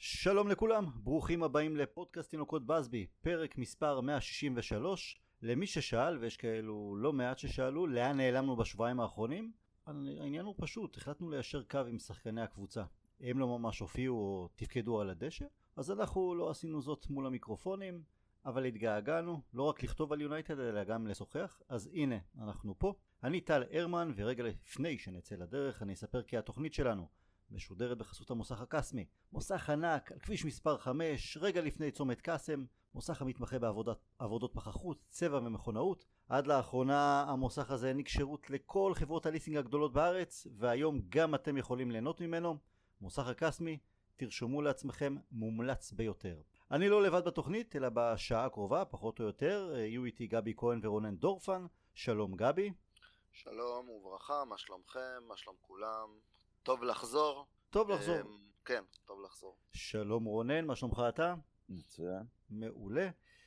שלום לכולם, ברוכים הבאים לפודקאסט תינוקות בסבי, פרק מספר 163. למי ששאל, ויש כאלו לא מעט ששאלו, לאן נעלמנו בשבועיים האחרונים? העניין הוא פשוט, החלטנו ליישר קו עם שחקני הקבוצה. הם לא ממש הופיעו או תפקדו על הדשא, אז אנחנו לא עשינו זאת מול המיקרופונים, אבל התגעגענו, לא רק לכתוב על יונייטד אלא גם לשוחח, אז הנה, אנחנו פה. אני טל הרמן, ורגע לפני שנצא לדרך אני אספר כי התוכנית שלנו משודרת בחסות המוסך הקסמי, מוסך ענק על כביש מספר 5, רגע לפני צומת קסם, מוסך המתמחה בעבודות פחחות, צבע ומכונאות. עד לאחרונה המוסך הזה העניק שירות לכל חברות הליסינג הגדולות בארץ, והיום גם אתם יכולים ליהנות ממנו. מוסך הקסמי, תרשמו לעצמכם, מומלץ ביותר. אני לא לבד בתוכנית, אלא בשעה הקרובה, פחות או יותר, יהיו איתי גבי כהן ורונן דורפן. שלום גבי. שלום וברכה, מה שלומכם? מה שלום כולם? טוב לחזור. טוב לחזור. כן, טוב לחזור. שלום רונן, מה שלומך אתה? מצוין. מעולה.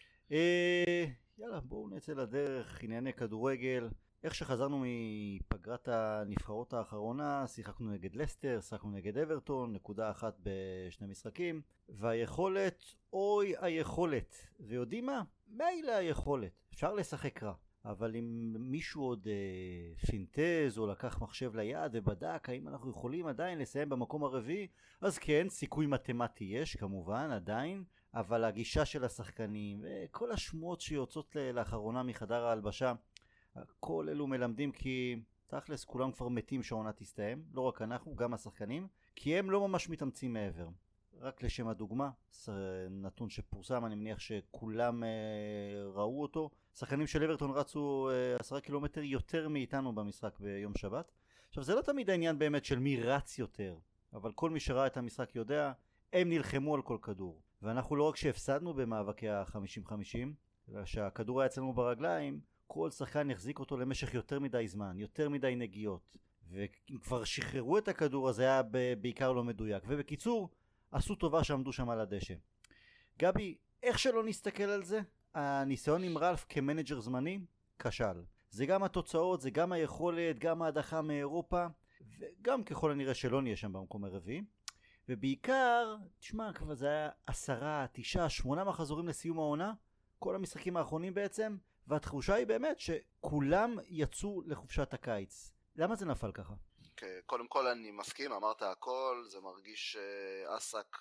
יאללה, בואו נצא לדרך, ענייני כדורגל. איך שחזרנו מפגרת הנבחרות האחרונה, שיחקנו נגד לסטר, שיחקנו נגד אברטון, נקודה אחת בשני משחקים, והיכולת, אוי היכולת, ויודעים מה? מילא היכולת, אפשר לשחק רע. אבל אם מישהו עוד פינטז או לקח מחשב ליד ובדק האם אנחנו יכולים עדיין לסיים במקום הרביעי, אז כן, סיכוי מתמטי יש כמובן עדיין, אבל הגישה של השחקנים וכל השמועות שיוצאות לאחרונה מחדר ההלבשה, כל אלו מלמדים כי תכלס כולם כבר מתים שהעונה תסתיים, לא רק אנחנו, גם השחקנים, כי הם לא ממש מתאמצים מעבר. רק לשם הדוגמה, נתון שפורסם, אני מניח שכולם ראו אותו, שחקנים של אברטון רצו 10 קילומטר יותר מאיתנו במשחק ביום שבת. עכשיו זה לא תמיד העניין באמת של מי רץ יותר, אבל כל מי שראה את המשחק יודע, הם נלחמו על כל כדור. ואנחנו לא רק שהפסדנו במאבקי ה-50-50, אלא שהכדור היה אצלנו ברגליים, כל שחקן יחזיק אותו למשך יותר מדי זמן, יותר מדי נגיעות. ואם כבר שחררו את הכדור, אז היה בעיקר לא מדויק. ובקיצור, עשו טובה שעמדו שם על הדשא. גבי, איך שלא נסתכל על זה, הניסיון עם רלף כמנג'ר זמני כשל. זה גם התוצאות, זה גם היכולת, גם ההדחה מאירופה, וגם ככל הנראה שלא נהיה שם במקום הרביעי. ובעיקר, תשמע, כבר זה היה 10, 9, 8 מחזורים לסיום העונה, כל המשחקים האחרונים בעצם, והתחושה היא באמת שכולם יצאו לחופשת הקיץ. למה זה נפל ככה? קודם כל אני מסכים, אמרת הכל, זה מרגיש עסק,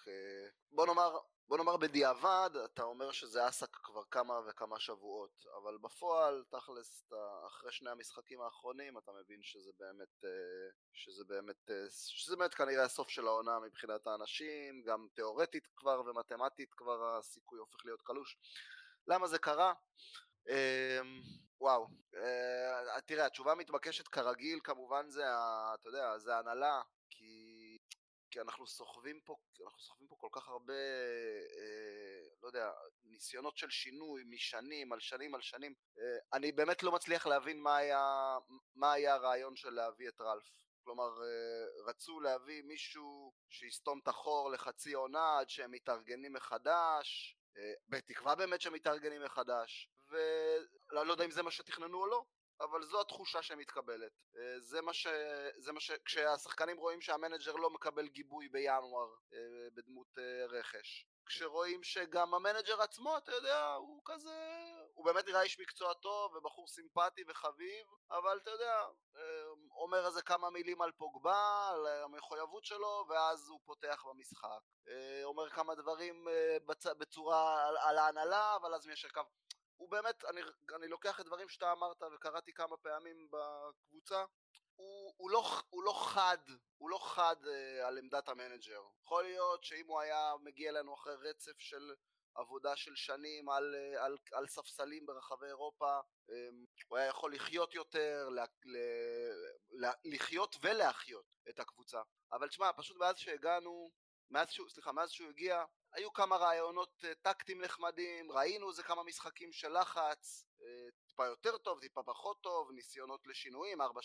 בוא נאמר בדיעבד, אתה אומר שזה עסק כבר כמה וכמה שבועות, אבל בפועל, תכלס, אחרי שני המשחקים האחרונים, אתה מבין שזה באמת כנראה הסוף של העונה מבחינת האנשים, גם תיאורטית כבר ומתמטית כבר הסיכוי הופך להיות קלוש. למה זה קרה? וואו, תראה, התשובה המתבקשת כרגיל כמובן זה, אתה יודע, זה הנהלה, כי אנחנו סוחבים פה כל כך הרבה, לא יודע, ניסיונות של שינוי משנים על שנים על שנים. אני באמת לא מצליח להבין מה היה הרעיון של להביא את רלף. כלומר, רצו להביא מישהו שיסתום את החור לחצי עונה עד שהם מתארגנים מחדש, בתקווה באמת שהם מתארגנים מחדש, ולא יודע אם זה מה שתכננו או לא, אבל זו התחושה שמתקבלת. זה מה כשהשחקנים רואים שהמנג'ר לא מקבל גיבוי בינואר בדמות רכש, כשרואים שגם המנג'ר עצמו, אתה יודע, הוא כזה, הוא באמת נראה איש מקצוע טוב ובחור סימפטי וחביב, אבל אתה יודע, אומר איזה כמה מילים על פוגבה, על המחויבות שלו, ואז הוא פותח במשחק, אומר כמה דברים בצורה על ההנהלה, אבל אז מיישר קו. הוא באמת, אני לוקח את דברים שאתה אמרת וקראתי כמה פעמים בקבוצה, הוא לא חד על עמדת המנג'ר. יכול להיות שאם הוא היה מגיע לנו אחרי רצף של עבודה של שנים על ספסלים ברחבי אירופה, הוא היה יכול לחיות יותר, לחיות ולהחיות את הקבוצה. אבל תשמע, פשוט מאז שהוא הגיע, היו כמה רעיונות טקטיים נחמדים, ראינו איזה כמה משחקים של לחץ, טיפה יותר טוב, טיפה פחות טוב, ניסיונות לשינויים, 4-2-2-2,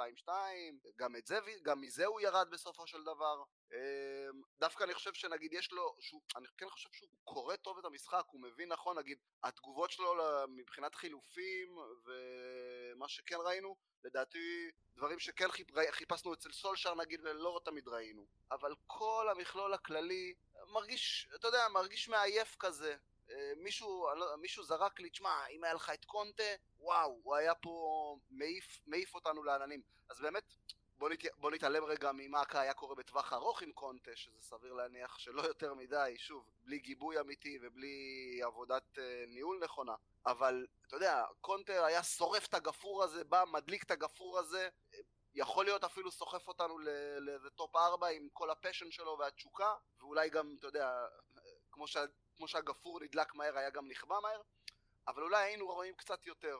גם מזה הוא ירד בסופו של דבר. דווקא אני חושב שנגיד אני כן חושב שהוא קורא טוב את המשחק, הוא מבין נכון, נגיד, התגובות שלו מבחינת חילופים, ומה שכן ראינו, לדעתי דברים שכן חיפשנו אצל סולשר נגיד ולא תמיד ראינו, אבל כל המכלול הכללי מרגיש, אתה יודע, מרגיש מעייף כזה. מישהו זרק לי, תשמע, אם היה לך את קונטה, וואו, הוא היה פה מעיף אותנו לעננים. אז באמת, בוא נתעלם רגע ממה היה קורה בטווח ארוך עם קונטה, שזה סביר להניח שלא יותר מדי, שוב, בלי גיבוי אמיתי ובלי עבודת ניהול נכונה. אבל, אתה יודע, קונטה היה שורף את הגפור הזה, בא, מדליק את הגפור הזה, יכול להיות אפילו סוחף אותנו לאיזה טופ 4 עם כל הפשן שלו והתשוקה, ואולי גם, אתה יודע, כמו שהגפור נדלק מהר, היה גם נכבה מהר, אבל אולי היינו רואים קצת יותר.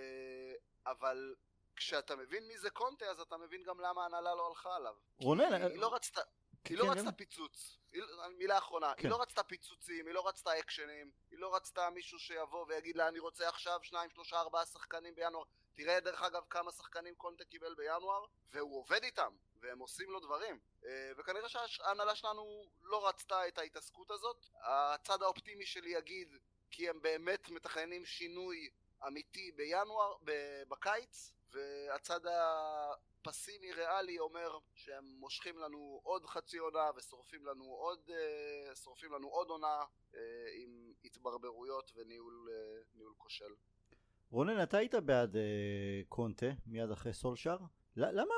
אבל כשאתה מבין מי זה קונטה, אז אתה מבין גם למה ההנהלה לא הלכה עליו. רונן, היא לא רצתה פיצוץ, מילה אחרונה, היא לא רצתה פיצוצים, היא לא רצתה אקשנים, היא לא רצתה מישהו שיבוא ויגיד לה אני רוצה עכשיו 2, 3, 4 שחקנים בינואר. תראה דרך אגב כמה שחקנים קונטה קיבל בינואר, והוא עובד איתם, והם עושים לו דברים. וכנראה שההנהלה שלנו לא רצתה את ההתעסקות הזאת. הצד האופטימי שלי יגיד, כי הם באמת מתכננים שינוי אמיתי בינואר, בקיץ, והצד הפסימי ריאלי אומר שהם מושכים לנו עוד חצי עונה ושורפים לנו עוד עונה עם התברברויות וניהול כושל. רונן, אתה היית בעד קונטה מיד אחרי סולשר? למה?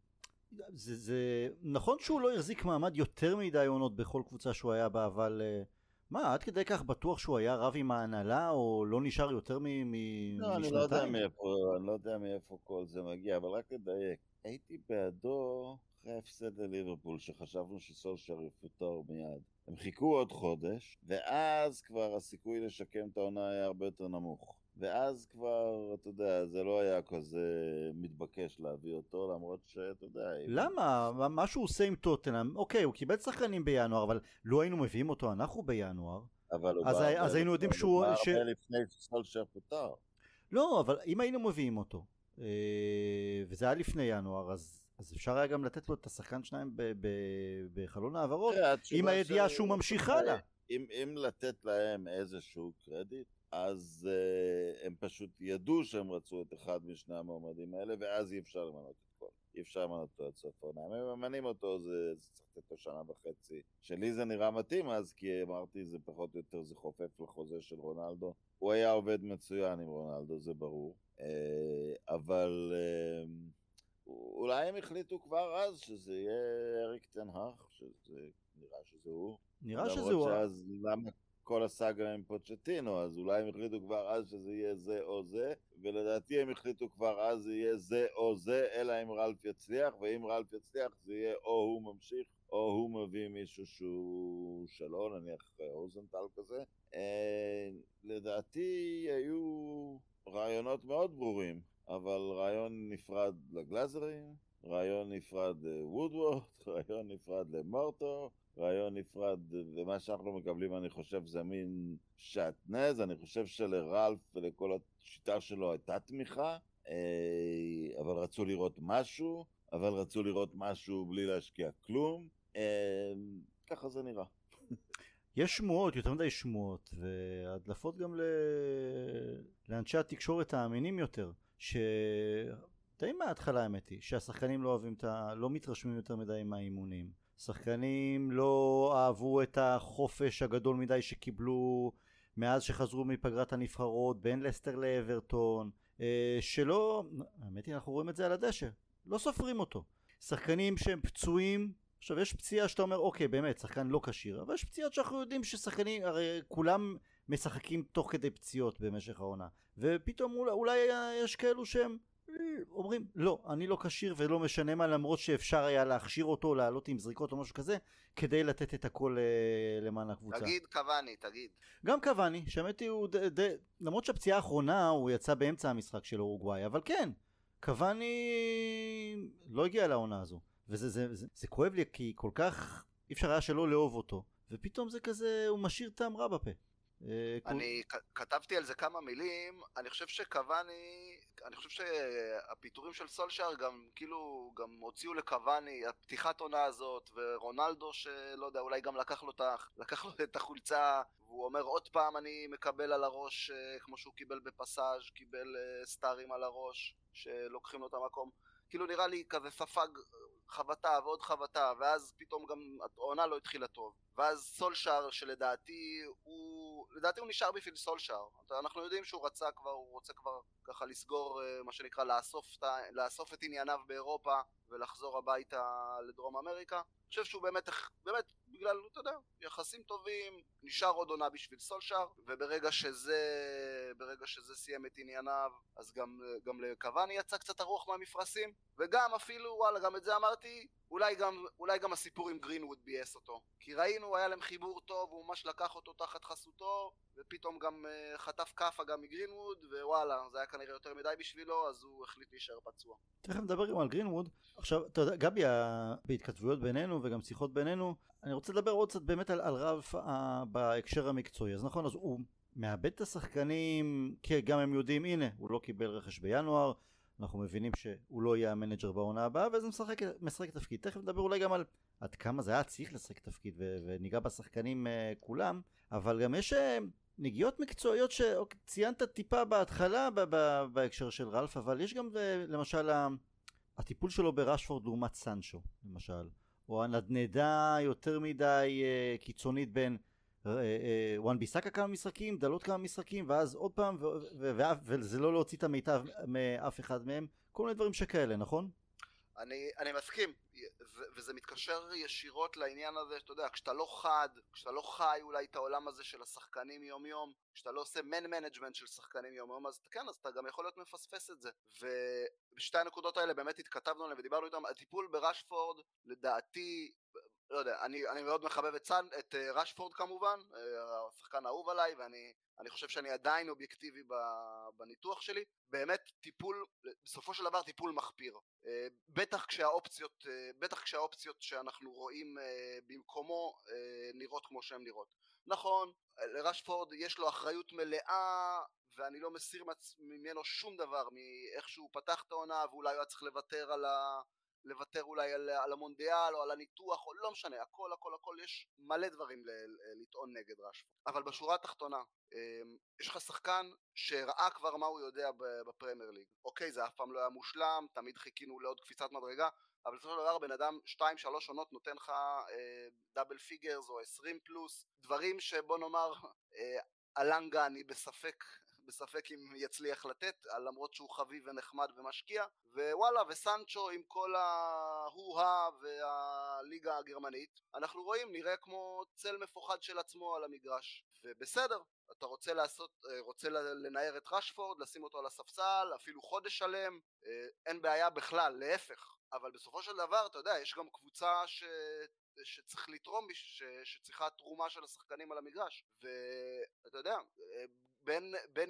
זה נכון שהוא לא החזיק מעמד יותר מדי עונות בכל קבוצה שהוא היה בה, אבל מה, עד כדי כך בטוח שהוא היה רב עם ההנהלה או לא נשאר יותר משנתיים? לא, אני לא יודע מאיפה כל זה מגיע, אבל רק לדייק. הייתי בעדו אחרי הפסד לליברפול, שחשבנו שסולשר יפוטר מיד. הם חיכו עוד חודש, ואז כבר הסיכוי לשקם את העונה היה הרבה יותר נמוך. ואז כבר, אתה יודע, זה לא היה כזה מתבקש להביא אותו, למרות שאתה יודע... למה? מה שהוא עושה עם טוטנהאם, אוקיי, הוא קיבל שחקנים בינואר, אבל לא היינו מביאים אותו, אנחנו בינואר. אז היינו יודעים שהוא... הוא בא הרבה לפני סולשר פוטר. לא, אבל אם היינו מביאים אותו, וזה היה לפני ינואר, אז אפשר היה גם לתת לו את השחקן שניים בחלון העברות, עם הידיעה שהוא ממשיך הלאה. אם לתת להם איזשהו קרדיט, אז הם פשוט ידעו שהם רצו את אחד משני המועמדים האלה, ואז אי אפשר למנות את כל. אי אפשר למנות אותו עד סוף העונה. הם ממנים אותו, זה צריך לתת לו 1.5 שנה. שלי זה נראה מתאים אז, כי אמרתי, זה פחות או יותר, זה חופף לחוזה של רונלדו. הוא היה עובד מצוין עם רונלדו, זה ברור. אבל אולי הם החליטו כבר אז שזה יהיה אריק טן האג, שזה נראה שזה הוא. נראה שזה הוא. אז למה כל הסאגה עם פוצ'טינו, אז אולי הם החליטו כבר אז שזה יהיה זה או זה, ולדעתי הם החליטו כבר אז זה יהיה זה או זה, אלא אם רלף יצליח, ואם רלף יצליח זה יהיה או הוא ממשיך, או הוא מביא מישהו שהוא שלו, נניח אוזנטל כזה. לדעתי היו רעיונות מאוד ברורים, אבל רעיון נפרד לגלאזרים, רעיון נפרד וודוורד, רעיון נפרד למורטו, רעיון נפרד, ומה שאנחנו מקבלים אני חושב זה מין שעטנז. אני חושב שלרלף ולכל השיטה שלו הייתה תמיכה, אבל רצו לראות משהו, בלי להשקיע כלום. ככה זה נראה. יש שמועות, יותר מדי שמועות, והדלפות גם לאנשי התקשורת האמינים יותר, די מההתחלה האמת היא, שהשחקנים לא מתרשמים יותר מדי מהאימונים. שחקנים לא אהבו את החופש הגדול מדי שקיבלו מאז שחזרו מפגרת הנבחרות בין לסטר לאברטון, שלא, האמת היא אנחנו רואים את זה על הדשא, לא סופרים אותו. שחקנים שהם פצועים, עכשיו יש פציעה שאתה אומר אוקיי באמת שחקן לא קשיר, אבל יש פציעות שאנחנו יודעים ששחקנים, הרי כולם משחקים תוך כדי פציעות במשך העונה, ופתאום אולי יש כאלו שהם אומרים לא, אני לא קשיר ולא משנה מה, למרות שאפשר היה להכשיר אותו, לעלות עם זריקות או משהו כזה, כדי לתת את הכל למען הקבוצה. תגיד קוואני, תגיד. גם קוואני, שמעתי הוא למרות שהפציעה האחרונה הוא יצא באמצע המשחק של אורוגוואי, אבל כן, קוואני לא הגיע לעונה הזו, וזה כואב לי כי כל כך אי אפשר היה שלא לאהוב אותו, ופתאום זה כזה, הוא משאיר טעם רע בפה. אני כתבתי על זה כמה מילים. אני חושב שהפיטורים של סולשר גם כאילו גם הוציאו לקוואני הפתיחת עונה הזאת, ורונלדו שלא יודע אולי גם לקח לו את החולצה, והוא אומר עוד פעם אני מקבל על הראש, כמו שהוא קיבל בפסאז', קיבל סטארים על הראש שלוקחים לו את המקום. כאילו נראה לי כזה ספג חבטה ועוד חבטה, ואז פתאום גם העונה לא התחילה טוב, ואז סולשר שלדעתי הוא נשאר בשביל סולשר. אנחנו יודעים שהוא רוצה כבר ככה לסגור, מה שנקרא לאסוף את ענייניו באירופה ולחזור הביתה לדרום אמריקה. אני חושב שהוא באמת בגלל, אתה יודע, יחסים טובים, נשאר עוד עונה בשביל סולשר, וברגע שזה סיים את ענייניו, אז גם לקוואני יצא קצת הרוח מהמפרשים, וגם אפילו, וואלה, גם את זה אמרתי, אולי גם הסיפור עם גרינווד בייס אותו, כי ראינו, היה להם חיבור טוב, הוא ממש לקח אותו תחת חסותו, ופתאום גם חטף כפה גם מגרינווד, ווואלה, זה היה כנראה יותר מדי בשבילו, אז הוא החליט להישאר פצוע. תכף נדבר גם על גרינווד. עכשיו, אתה יודע, גבי, בהתכתבויות בינינו וגם שיחות בינינו, אני רוצה לדבר עוד קצת באמת על רלף בהקשר המקצועי. אז נכון, אז הוא מאבד את השחקנים, כי גם הם יודעים, הנה, הוא לא קיבל רכש בינואר, אנחנו מבינים שהוא לא יהיה המנג'ר בעונה הבאה, וזה משחק תפקיד. תכף נדבר אולי גם על עד כמה זה היה צריך לשחק תפקיד, וניגע בשחקנים כולם, אבל גם יש נגיעות מקצועיות שציינת טיפה בהתחלה בהקשר של רלף, אבל יש גם למשל הטיפול שלו ברשפורד לעומת סנצ'ו, למשל, או הנדנדה יותר מדי קיצונית בין וואן ביסאקה כמה משחקים, דלות כמה משחקים, ואז עוד פעם, וזה לא להוציא את המיטב מאף אחד מהם, כל מיני דברים שכאלה, נכון? אני מסכים, וזה מתקשר ישירות לעניין הזה, שאתה יודע, כשאתה לא חי אולי את העולם הזה של השחקנים יום יום, כשאתה לא עושה מנג'מנט של שחקנים יום יום, אז כן, אז אתה גם יכול להיות מפספס את זה. ובשתי הנקודות האלה באמת התכתבנו עליהם ודיברנו איתם. הטיפול ברשפורד, לדעתי, לא יודע, אני מאוד מחבב את רשפורד כמובן, השחקן האהוב עליי, ואני חושב שאני עדיין אובייקטיבי בניתוח שלי. באמת טיפול, בסופו של דבר טיפול מחפיר, בטח כשהאופציות שאנחנו רואים במקומו נראות כמו שהן נראות. נכון, לרשפורד יש לו אחריות מלאה, ואני לא מסיר ממנו שום דבר מאיך שהוא פתח את העונה, ואולי הוא היה צריך לוותר אולי על המונדיאל או על הניתוח, או לא משנה, הכל, יש מלא דברים לטעון נגד רשפורד. אבל בשורה התחתונה, יש לך שחקן שראה כבר מה הוא יודע בפרמייר ליג. אוקיי, זה אף פעם לא היה מושלם, תמיד חיכינו לעוד קפיצת מדרגה, אבל בסופו של דבר בן אדם 2-3 עונות נותן לך דאבל פיגרס או 20 פלוס, דברים שבוא נאמר, אלנגה אני בספק אם יצליח לתת, למרות שהוא חביב ונחמד ומשקיע, ווואלה, וסנצ'ו עם כל ההואה והליגה הגרמנית, אנחנו רואים, נראה כמו צל מפוחד של עצמו על המגרש, ובסדר, אתה רוצה לנער את רשפורד, לשים אותו על הספסל, אפילו חודש שלם, אין בעיה בכלל, להפך, אבל בסופו של דבר, אתה יודע, יש גם קבוצה שצריך לתרום, שצריכה תרומה של השחקנים על המגרש, ואתה יודע, בין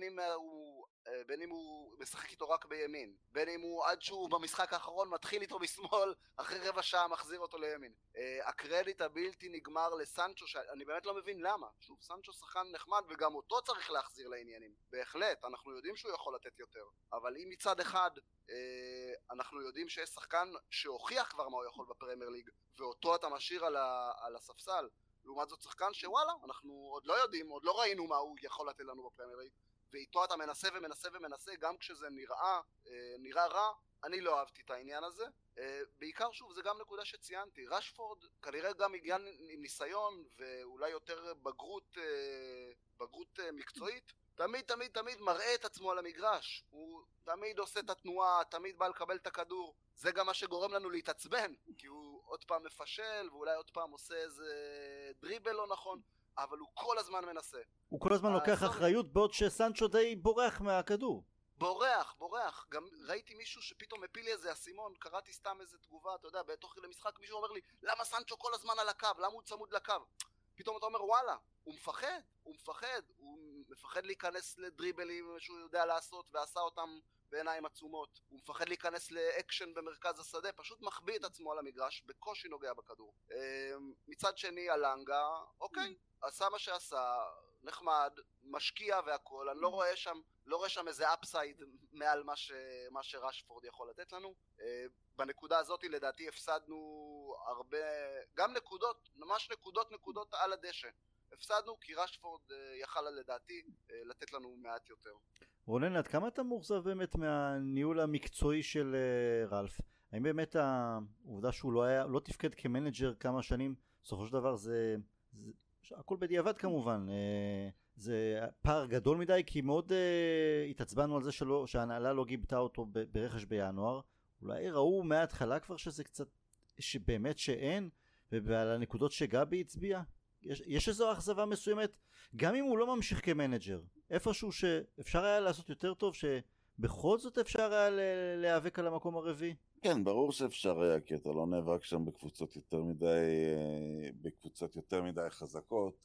אם הוא משחק איתו רק בימין, בין אם הוא עד שהוא במשחק האחרון מתחיל איתו בשמאל, אחרי רבע שעה מחזיר אותו לימין. הקרדיט הבלתי נגמר לסנצ'ו, שאני באמת לא מבין למה. שוב, סנצ'ו שחקן נחמד וגם אותו צריך להחזיר לעניינים. בהחלט, אנחנו יודעים שהוא יכול לתת יותר. אבל אם מצד אחד אנחנו יודעים שיש שחקן שהוכיח כבר מה הוא יכול בפרמייר ליג, ואותו אתה משאיר על הספסל, לעומת זאת שחקן שוואלה, אנחנו עוד לא יודעים, עוד לא ראינו מה הוא יכול לתת לנו בפרמייר ליג, ואיתו אתה מנסה, גם כשזה נראה רע, אני לא אהבתי את העניין הזה. בעיקר שוב, זה גם נקודה שציינתי, רשפורד כנראה גם הגיע עם ניסיון, ואולי יותר בגרות מקצועית, תמיד מראה את עצמו על המגרש, הוא תמיד עושה את התנועה, תמיד בא לקבל את הכדור, זה גם מה שגורם לנו להתעצבן, כי הוא עוד פעם מפשל, ואולי עוד פעם עושה איזה דריבל לא נכון, אבל הוא כל הזמן מנסה. הוא כל הזמן לוקח אחריות, בעוד שסנצ'ו די בורח מהכדור. בורח, גם ראיתי מישהו שפתאום מפיל לי איזה אסימון, קראתי סתם איזה תגובה, אתה יודע, בתוך למשחק מישהו אומר לי, למה סנצ'ו כל הזמן על הקו, למה הוא צמוד לקו? פתאום אתה אומר, וואלה, הוא מפחד להיכנס לדריבלים שהוא יודע לעשות, ועשה אותם בעיניים עצומות, הוא מפחד להיכנס לאקשן במרכז השדה, פשוט מחביא את עצמו על המגרש, בקושי נוגע בכדור. מצד שני, אלנגה, אוקיי, עשה מה שעשה, נחמד, משקיע והכל, אני לא רואה שם איזה אפסייד מעל מה שרשפורד יכול לתת לנו. בנקודה הזאת לדעתי הפסדנו הרבה, גם נקודות, ממש נקודות על הדשא. הפסדנו כי רשפורד יכל לדעתי לתת לנו מעט יותר. רונן, עד כמה אתה מאוכזב באמת מהניהול המקצועי של רלף? האם באמת העובדה שהוא לא תפקד כמנג'ר כמה שנים, בסופו של דבר זה הכל בדיעבד כמובן, זה פער גדול מדי, כי מאוד התעצבנו על זה שההנהלה לא גיבתה אותו ברכש בינואר. אולי ראו מההתחלה כבר שזה קצת, שבאמת שאין, ועל הנקודות שגבי הצביע יש איזו אכזבה מסוימת, גם אם הוא לא ממשיך כמנג'ר, איפשהו שאפשר היה לעשות יותר טוב, שבכל זאת אפשר היה להיאבק על המקום הרביעי. כן, ברור שאפשר היה, כי אתה לא נאבק שם בקבוצות יותר מדי חזקות.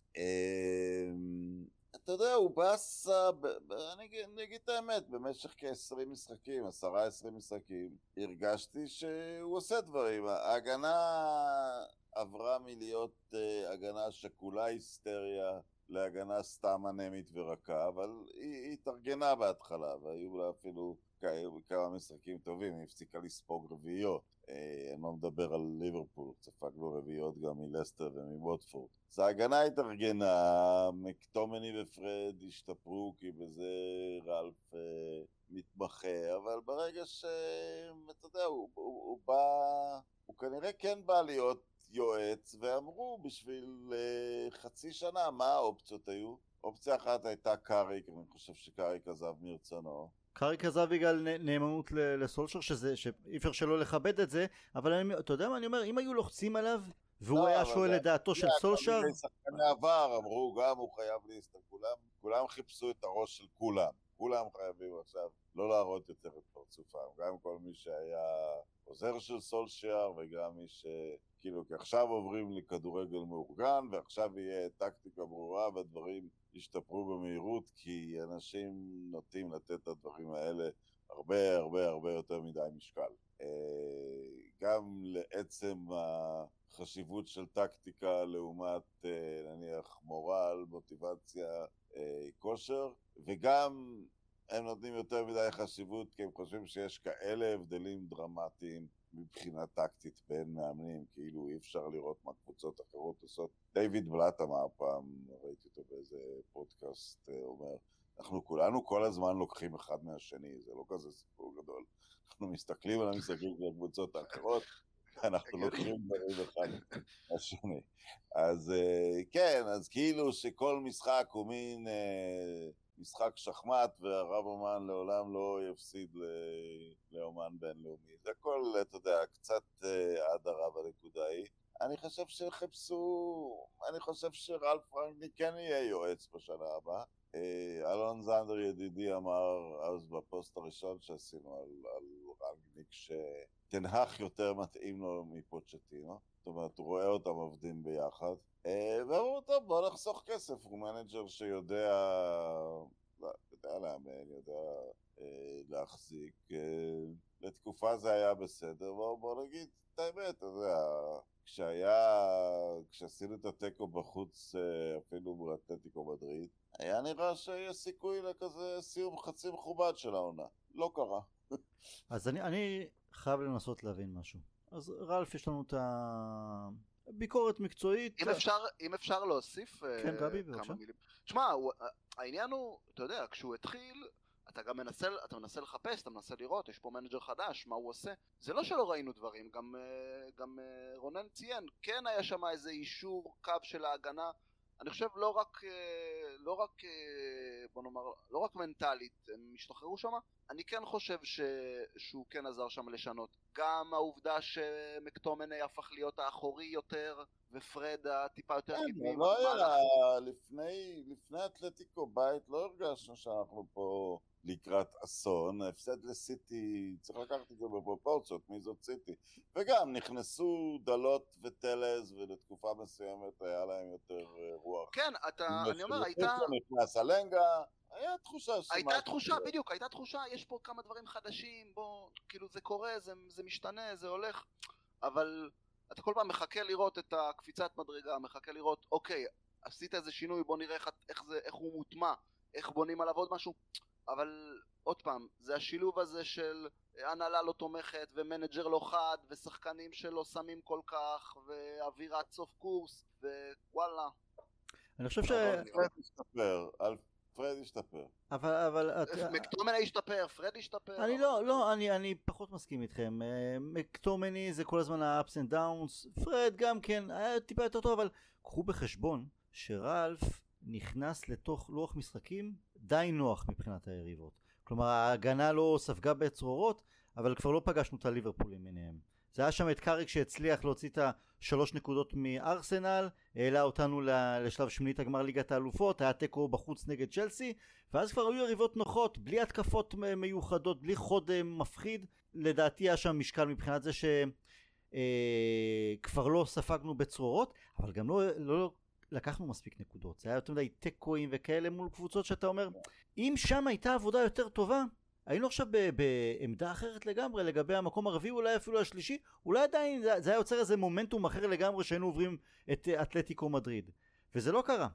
אתה יודע, הוא בסה, אני אגיד את האמת, במשך כ-20 משחקים, 10-20 משחקים, הרגשתי שהוא עושה דברים. ההגנה עברה מלהיות הגנה שכולה היסטריה להגנה סתם אנמית ורכה, אבל היא התארגנה בהתחלה, והיו לה אפילו כמה משחקים טובים, היא הפסיקה לספוג רביעיות. אני לא מדבר על ליברפול, ספגנו רביעיות גם מלסטר ומווטפורד. אז ההגנה התארגנה, מקטומני ופרד השתפרו, כי בזה רלף מתמחה, אבל ברגע אתה יודע, הוא בא, הוא כנראה כן בא להיות יועץ, ואמרו בשביל חצי שנה מה האופציות היו. אופציה אחת הייתה קאריק, אני חושב שקאריק עזב מרצונו. קאריק עזב בגלל נאמנות לסולשר, שאי אפשר שלא לכבד את זה, אבל אתה יודע מה אני אומר, אם היו לוחצים עליו והוא היה שואל את דעתו של סולשר, שחקני עבר אמרו גם הוא חייב להסתכל, כולם חיפשו את הראש של כולם חייבים עכשיו לא להראות יותר את פרצופם, גם כל מי שהיה עוזר של סולשר וגם מי כאילו כי עכשיו עוברים לכדורגל מאורגן ועכשיו יהיה טקטיקה ברורה והדברים ישתפרו במהירות, כי אנשים נוטים לתת את הדברים האלה הרבה יותר מדי משקל. גם לעצם החשיבות של טקטיקה לעומת נניח מורל, מוטיבציה, כושר, וגם הם נותנים יותר מדי חשיבות כי הם חושבים שיש כאלה הבדלים דרמטיים מבחינה טקטית בין מאמנים, כאילו אי אפשר לראות מה קבוצות אחרות עושות. דיוויד בלאט אמר פעם, ראיתי אותו באיזה פודקאסט, אומר, אנחנו כולנו כל הזמן לוקחים אחד מהשני, זה לא כזה סיפור גדול. אנחנו מסתכלים על המשחקים של הקבוצות האחרות, אנחנו לוקחים דברים אחד מהשני. אז כן, אז כאילו שכל משחק הוא מין משחק שחמט, והרב אומן לעולם לא יפסיד לאומן בינלאומי. זה הכל, אתה יודע, קצת עד הרב הנקודה היא. אני חושב שרלף רנגניק כן יהיה יועץ בשנה הבאה. אלון זנדר ידידי אמר אז בפוסט הראשון שעשינו על רנגניק שתנהך יותר מתאים לו מפוצ'טינו. זאת אומרת, הוא רואה אותם עובדים ביחד. ואמרו, טוב, בוא נחסוך כסף. הוא מנג'ר שיודע לאמן, יודע להחזיק. לתקופה זה היה בסדר. בוא נגיד את האמת, אתה יודע, כשעשינו את הטקו בחוץ, אפילו מול אתלטיקו מדריד, היה נראה שיש סיכוי לכזה סיום חצי מכובד של העונה. לא קרה. אז אני חייב לנסות להבין משהו. אז רלף, יש לנו את הביקורת מקצועית. אם אפשר להוסיף כן, גבי, בבקשה. שמע, העניין הוא, אתה יודע, כשהוא התחיל, אתה גם מנסה לחפש, אתה מנסה לראות, יש פה מנג'ר חדש, מה הוא עושה. זה לא שלא ראינו דברים, גם רונן ציין, כן היה שם איזה אישור קו של ההגנה, אני חושב לא רק בוא נאמר, לא רק מנטלית הם השתחררו שם, אני כן חושב שהוא כן עזר שם לשנות. גם העובדה שמקטומני הפך להיות האחורי יותר, ופרד הטיפה יותר קדמי. לא היה, לפני אתלטיקו בית לא הרגשנו שאנחנו פה לקראת אסון. הפסד לסיטי, צריך לקחת את זה בפרופורציות, מי זאת סיטי. וגם נכנסו דלות וטלז, ולתקופה מסוימת היה להם יותר רוח. כן, אני אומר, הייתה... נכנס אלנגה, היה תחושה... הייתה תחושה, יש פה כמה דברים חדשים, בוא, כאילו זה קורה, זה משתנה, זה הולך, אבל אתה כל פעם מחכה לראות את הקפיצת מדרגה, מחכה לראות, אוקיי, עשית איזה שינוי, בוא נראה איך הוא מוטמע, איך בונים עליו עוד משהו, אבל עוד פעם, זה השילוב הזה של הנהלה לא תומכת ומנג'ר לא חד ושחקנים שלא שמים כל כך ואווירת סוף קורס ווואלה. אני חושב פרד פרד השתפר. אבל מקטומני השתפר, פרד השתפר. אני פחות מסכים איתכם. מקטומני זה כל הזמן ה-ups and downs, פרד גם כן היה טיפה יותר טוב, אבל קחו בחשבון שרלף נכנס לתוך לוח משחקים די נוח מבחינת היריבות. כלומר ההגנה לא ספגה בצרורות, אבל כבר לא פגשנו את הליברפולים ביניהם. זה היה שם את קאריק שהצליח להוציא את 3 נקודות מארסנל, העלה אותנו לשלב שמינית הגמר ליגת האלופות, היה תיקו בחוץ נגד צ'לסי, ואז כבר היו יריבות נוחות, בלי התקפות מיוחדות, בלי חוד מפחיד. לדעתי היה שם משקל מבחינת זה שכבר לא ספגנו בצרורות, אבל גם לא לקחנו מספיק נקודות. זה היה יותר מדי תיקואים וכאלה מול קבוצות שאתה אומר, אם שם הייתה עבודה יותר טובה, היינו עכשיו בעמדה אחרת לגמרי לגבי המקום הרביעי, אולי אפילו השלישי, אולי עדיין זה היה יוצר איזה מומנטום אחר לגמרי שהיינו עוברים את אתלטיקו מדריד, וזה לא קרה.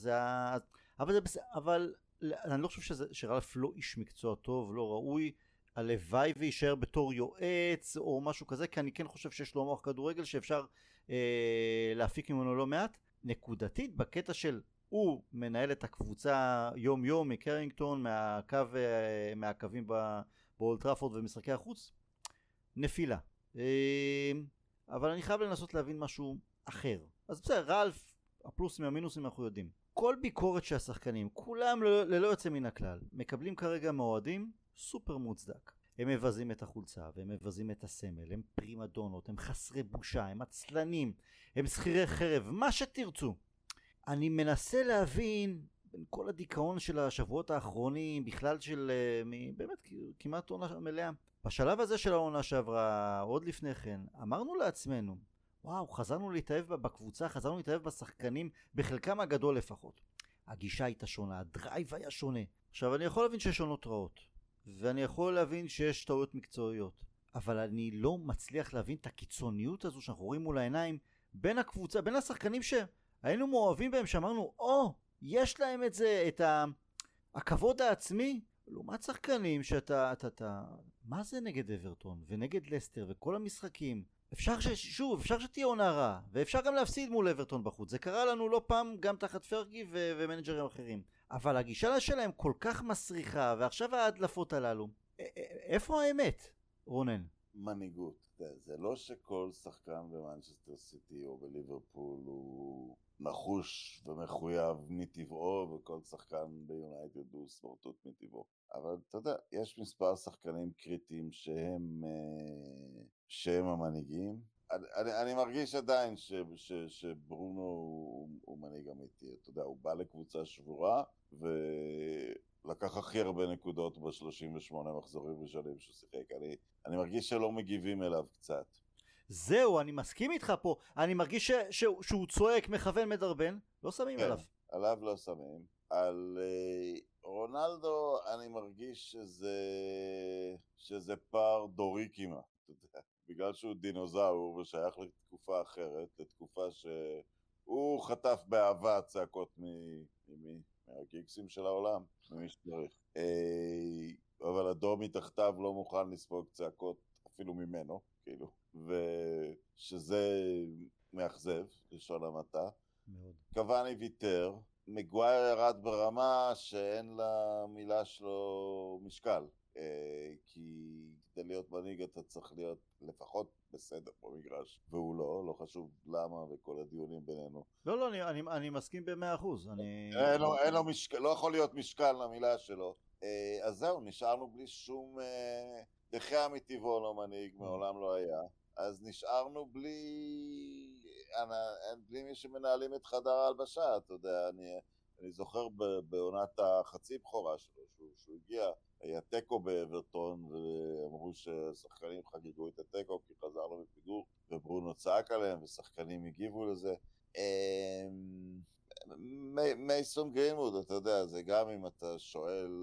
אבל אני לא חושב שרלף לא איש מקצוע טוב, לא ראוי, הלוואי וישאר בתור יועץ או משהו כזה, כי אני כן חושב שיש לו מוח כדורגל שאפשר להפיק ממנו לא מעט. נקודתית בקטע של הוא מנהל את הקבוצה יום יום מקרינגטון, מהקווים באולד טראפורד ומשחקי החוץ, נפילה. אבל אני חייב לנסות להבין משהו אחר. אז בסדר, רלף, הפלוסים והמינוסים אנחנו יודעים. כל ביקורת שהשחקנים, כולם ללא יוצא מן הכלל, מקבלים כרגע מועדים סופר מוצדק. הם מבזים את החולצה, והם מבזים את הסמל, הם פרימדונות, הם חסרי בושה, הם עצלנים, הם שכירי חרב, מה שתרצו. אני מנסה להבין בין כל הדיכאון של השבועות האחרונים, בכלל של באמת כמעט עונה מלאה. בשלב הזה של העונה שעברה, עוד לפני כן, אמרנו לעצמנו, וואו, חזרנו להתאהב בקבוצה, חזרנו להתאהב בשחקנים, בחלקם הגדול לפחות. הגישה הייתה שונה, הדרייב היה שונה. עכשיו אני יכול להבין שיש שונות רעות, ואני יכול להבין שיש טעויות מקצועיות, אבל אני לא מצליח להבין את הקיצוניות הזו שאנחנו רואים מול העיניים, בין הקבוצה, בין השחקנים שהיינו מאוהבים בהם, שאמרנו, יש להם את זה, את הכבוד העצמי, לעומת שחקנים שאתה, מה זה נגד אברטון ונגד לסטר וכל המשחקים? אפשר שתהיה עונה רעה, ואפשר גם להפסיד מול אברטון בחוץ. זה קרה לנו לא פעם גם תחת פרגי ומנג'רים אחרים. אבל הגישה שלהם כל כך מסריחה, ועכשיו ההדלפות הללו. איפה האמת, רונן? מנהיגות. זה לא שכל שחקן במנצ'סטר סיטי או בליברפול הוא נחוש ומחויב מטבעו, וכל שחקן ביונייטד הוא סמרטוט מטבעו. אבל אתה יודע, יש מספר שחקנים קריטיים שהם המנהיגים. אני מרגיש עדיין שברונו הוא מנהיג אמיתי. אתה יודע, הוא בא לקבוצה שבורה ולקח הכי הרבה נקודות ב-38 מחזורים ראשונים שהוא שיחק. אני מרגיש שלא מגיבים אליו קצת. זהו, אני מסכים איתך פה. אני מרגיש שהוא צועק, מכוון, מדרבן. לא שמים עליו. עליו לא שמים. על רונלדו אני מרגיש שזה פער דורי כמעט. בגלל שהוא דינוזאור ושייך לתקופה אחרת, לתקופה שהוא חטף באהבה צעקות מהגיקסים של העולם, ממי שצריך. אבל הדור מתחתיו לא מוכן לספוג צעקות אפילו ממנו, כאילו, ושזה מאכזב, לשון המעטה. קוואני ויתר, מגווייר ירד ברמה שאין למילה שלו משקל, כי כדי להיות מנהיג אתה צריך להיות לפחות בסדר במגרש, והוא לא חשוב למה וכל הדיונים בינינו. לא, אני מסכים ב100%. אין לו משקל, לא יכול להיות משקל למילה שלו. אז זהו, נשארנו בלי שום דחיה מטבעו, לא מנהיג, מעולם לא היה. אז נשארנו בלי מי שמנהלים את חדר ההלבשה. אתה יודע, אני זוכר בעונת החצי בחורה שלו, שהוא הגיע, היה טקו באברטון, ואמרו ששחקנים חגיגו את הטקו כי חזרנו מפיגור, וברונו צעק עליהם, ושחקנים הגיבו לזה. מייסון גרינווד, אתה יודע, זה גם אם אתה שואל,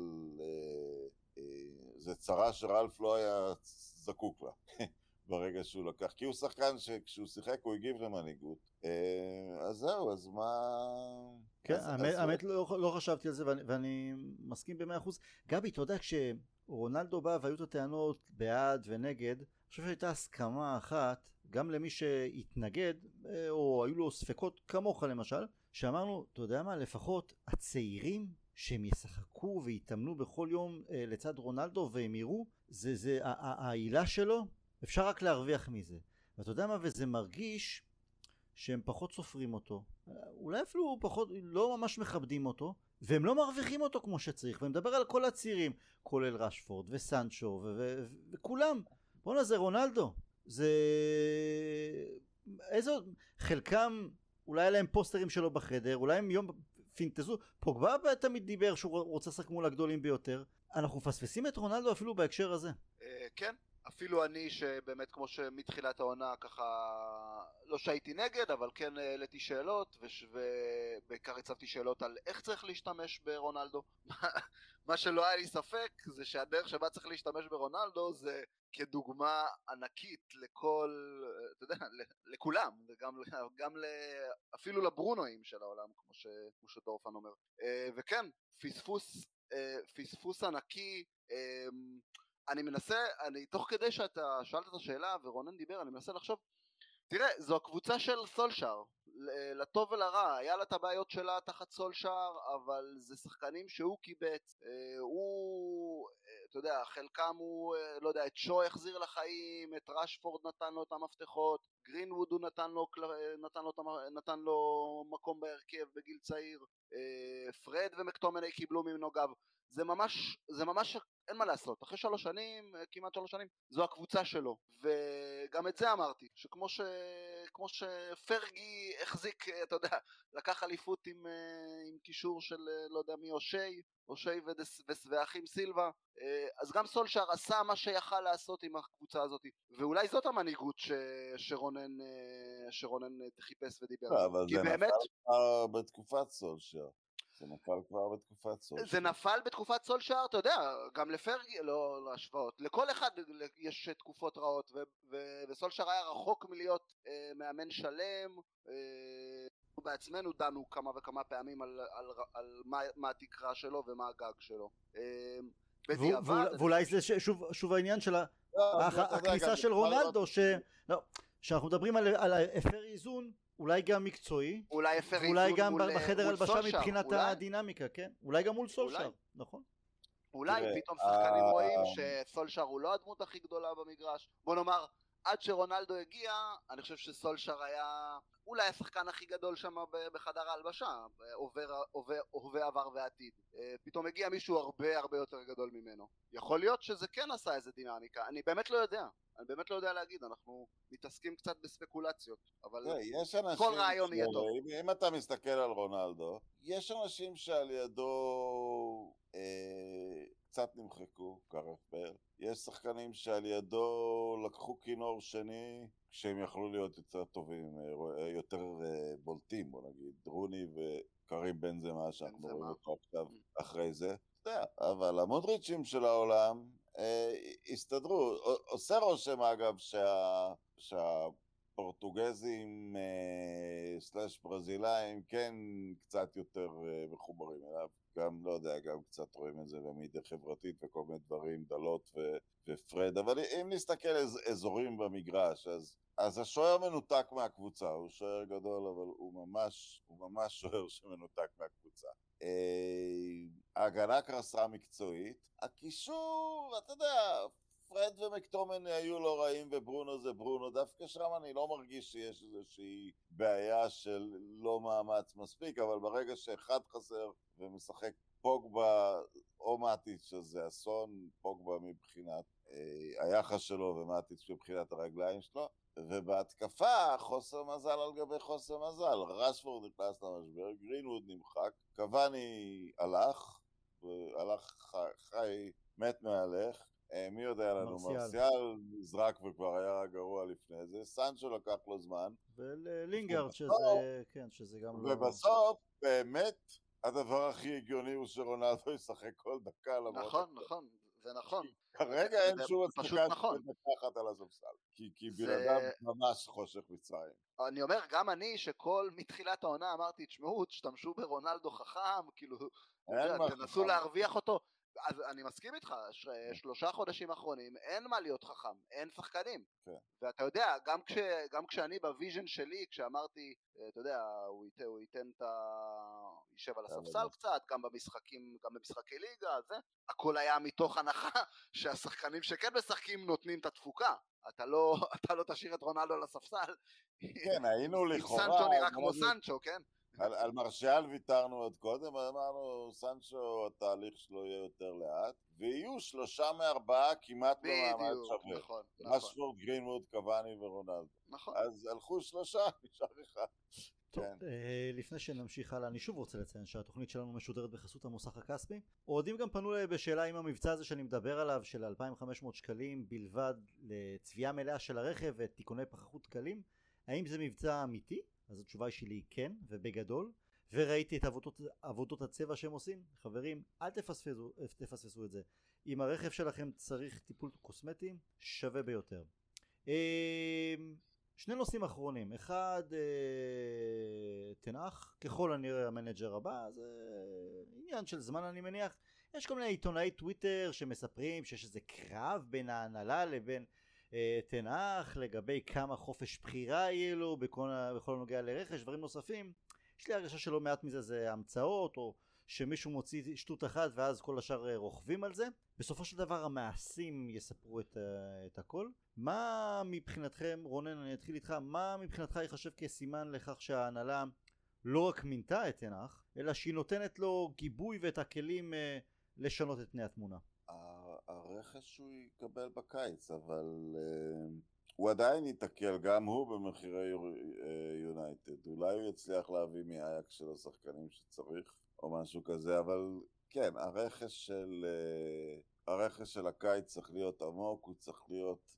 זה צרה שרלף לא היה זקוק לה ברגע שהוא לקח, כי הוא שחקן שכשהוא שיחק הוא הגיב למנהיגות. אז זהו, אז מה... כן, האמת לא חשבתי על זה, ואני מסכים ב100%. גבי, אתה יודע, כשרונלדו בא והיו את הטענות בעד ונגד, אני חושב שהייתה הסכמה אחת, גם למי שהתנגד, או היו לו ספקות כמוך למשל, שאמרנו, אתה יודע מה, לפחות הצעירים שהם ישחקו ויתאמנו בכל יום לצד רונלדו והם יראו, זה העילה שלו, אפשר רק להרוויח מזה. ואתה יודע מה, וזה מרגיש שהם פחות סופרים אותו, אולי אפילו פחות, לא ממש מכבדים אותו, והם לא מרוויחים אותו כמו שצריך, והם מדבר על כל הצעירים, כולל רשפורד וסנצ'ו וכולם. בוא'נה, זה רונלדו, זה איזה, חלקם אולי היה להם פוסטרים שלו בחדר, אולי הם יום פינטזו, פוגבה תמיד דיבר שהוא רוצה לשחק מול הגדולים ביותר, אנחנו מפספסים את רונלדו אפילו בהקשר הזה. כן, אפילו אני שבאמת כמו שמתחילת העונה ככה, לא שהייתי נגד, אבל כן העליתי שאלות, ובעיקר הצבתי שאלות על איך צריך להשתמש ברונלדו. מה שלא היה לי ספק זה שהדרך שבה צריך להשתמש ברונלדו זה כדוגמה ענקית לכל, אתה יודע, לכולם, וגם אפילו לברונואים של העולם, כמו שדורפן אומר. וכן, פספוס ענקי. אני מנסה, תוך כדי שאתה שאלת את השאלה ורונן דיבר, אני מנסה לחשוב, תראה, זו הקבוצה של סולשר, לטוב ולרע, היה לה את הבעיות שלה תחת סולשר, אבל זה שחקנים שהוא קיבץ, אתה יודע, חלקם הוא, לא יודע, את שו החזיר לחיים, את רשפורד נתן לו את המפתחות, גרינווד הוא נתן לו מקום בהרכב בגיל צעיר, פרד ומקטומני קיבלו ממנו גב, זה ממש אין מה לעשות, אחרי 3 שנים, כמעט 3 שנים, זו הקבוצה שלו, וגם את זה אמרתי, כמו שפרגי החזיק, אתה יודע, לקח אליפות עם קישור של, לא יודע מי, אושי והאחים סילבה, אז גם סולשר עשה מה שיכל לעשות עם הקבוצה הזאת, ואולי זאת המנהיגות שרונן חיפש ודיבר. אבל זה נפל בתקופת סולשר. זה נפל בתקופת סולשר, אתה יודע, גם לפרגי, לא להשוואות, לכל אחד יש תקופות רעות, וסולשר היה רחוק מלהיות מאמן שלם, בעצמנו דנו כמה וכמה פעמים על מה התקרה שלו ומה הגג שלו. ואולי זה שוב העניין של הכניסה של רונלדו, שאנחנו מדברים על הפר איזון, אולי גם מקצועי, אולי גם בחדר הלבשה מבחינת הדינמיקה, כן? אולי גם מול סולשר, נכון? אולי פתאום שחקנים רואים שסולשר הוא לא הדמות הכי גדולה במגרש. בוא נאמר, עד שרונלדו הגיע, אני חושב שסולשר היה אולי השחקן הכי גדול שם בחדר ההלבשה, הווה עבר ועתיד. פתאום הגיע מישהו הרבה יותר גדול ממנו. יכול להיות שזה כן עשה איזה דינמיקה, אני באמת לא יודע להגיד, אנחנו מתעסקים קצת בספקולציות, אבל כל רעיון יהיה טוב. אם אתה מסתכל על רונלדו, יש אנשים שעל ידו קצת נמחקו, קרפל. יש שחקנים שעל ידו לקחו כינור שני, כשהם יכלו להיות יותר טובים, יותר בולטים, בוא נגיד, דרוני וקרים בנזמה, שאנחנו רואים אותו עכשיו אחרי זה. אבל המודריצ'ים של העולם הסתדרו. עושה רושם אגב שהפורטוגזים סלש ברזילאים כן קצת יותר מחוברים אליו. גם, לא יודע, גם קצת רואים את זה במדיה חברתית וכל מיני דברים, דלות ופרד. אבל אם נסתכל אזורים במגרש, אז השוער מנותק מהקבוצה. הוא שוער גדול, אבל הוא ממש שוער שמנותק מהקבוצה. ההגנה קרסה מקצועית, הקישור, אתה יודע, פרד ומקטומני היו לא רעים וברונו זה ברונו, דווקא שם אני לא מרגיש שיש איזושהי בעיה של לא מאמץ מספיק, אבל ברגע שאחד חסר ומשחק פוגבה או מאטיץ' שזה אסון, פוגבה מבחינת היחס שלו ומאטיץ' מבחינת הרגליים שלו, ובהתקפה חוסר מזל על גבי חוסר מזל, רשפורד נכנס למשבר, גרינווד נמחק, קוואני הלך חי, מת מהלך, מי יודע לנו, מרסיאל נזרק וכבר היה גרוע לפני זה, סנצ'ו לקח לו זמן, ולינגארד שזה גם לא... ובסוף באמת הדבר הכי הגיוני הוא שרונלדו ישחק כל דקה. נכון, זה נכון. כרגע אין שום הצדקה לקחת על הספסל, כי בלעדיו ממש חושך מצרים. אני אומר, גם אני שכל מתחילת העונה אמרתי, תשמעו, תשתמשו ברונלדו חכם, כאילו, תנסו להרוויח אותו. אז אני מסכים איתך, 3 חודשים האחרונים אין מה להיות חכם, אין שחקנים. ואתה יודע, גם כשאני בוויז'ן שלי, כשאמרתי, אתה יודע, הוא ייתן יישב על הספסל קצת, גם במשחקי ליגה, הכל היה מתוך הנחה שהשחקנים שכן משחקים נותנים את התפוקה. אתה לא תשאיר את רונלדו על הספסל. כן, היינו לכאורה. סנצ'ו נראה כמו סנצ'ו, כן? על מרשל ויתרנו עוד קודם, אמרנו סנצ'ו התהליך שלו יהיה יותר לאט, ויהיו 3 מ-4 כמעט במעמד שווה. נכון. רשפורד, גרינווד, קוואני ורונלדו. נכון. אז הלכו 3, נשאר אחד. טוב, לפני שנמשיך הלאה, אני שוב רוצה לציין שהתוכנית שלנו משודרת בחסות המוסך הכספי. אוהדים גם פנו אליי בשאלה אם המבצע הזה שאני מדבר עליו של 2,500 שקלים בלבד לצביעה מלאה של הרכב ותיקוני פחחות קלים, האם זה מבצע אמיתי? אז התשובה שלי היא כן, ובגדול. וראיתי את עבודות הצבע שהם עושים. חברים, אל תפספסו את זה. אם הרכב שלכם צריך טיפול קוסמטי, שווה ביותר. 2 נושאים אחרונים. אחד, תנח, ככל הנראה המנג'ר הבא, זה עניין של זמן אני מניח. יש כל מיני עיתונאי טוויטר שמספרים שיש איזה קרב בין ההנהלה לבין תנח לגבי כמה חופש בחירה יהיה לו בכל הנוגע לרכש, דברים נוספים. יש לי הרגשה שלא מעט מזה זה המצאות, או שמישהו מוציא שטות אחת ואז כל השאר רוכבים על זה. בסופו של דבר המעשים יספרו את הכל. מה מבחינתכם, רונן, אני אתחיל איתך, מה מבחינתך יחשב כסימן לכך שההנהלה לא רק מינתה את תנח, אלא שהיא נותנת לו גיבוי ואת הכלים לשנות את פני התמונה? הרכש שהוא יקבל בקיץ, אבל הוא עדיין יתקל גם הוא במחירי יונייטד. אולי הוא יצליח להביא מאייקס של השחקנים שצריך או משהו כזה, אבל כן, הרכש של הקיץ צריך להיות עמוק, הוא צריך להיות,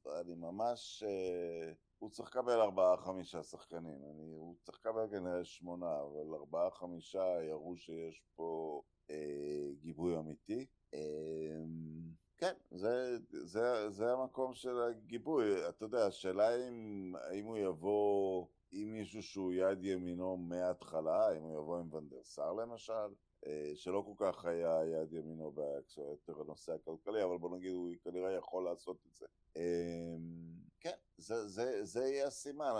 הוא צריך לקבל 4-5 שחקנים, הוא צריך לקבל כנראה 8, אבל 4-5 יראו שיש פה גיבוי אמיתי. כן, זה המקום של הגיבוי. אתה יודע, השאלה אם הוא יבוא עם מישהו שהוא יד ימינו מההתחלה, אם הוא יבוא עם ונדר סאר למשל, שלא כל כך היה יד ימינו באייקס, או יותר הנושא הכלכלי, אבל בוא נגיד הוא כנראה יכול לעשות את זה. כן, זה יהיה הסימן.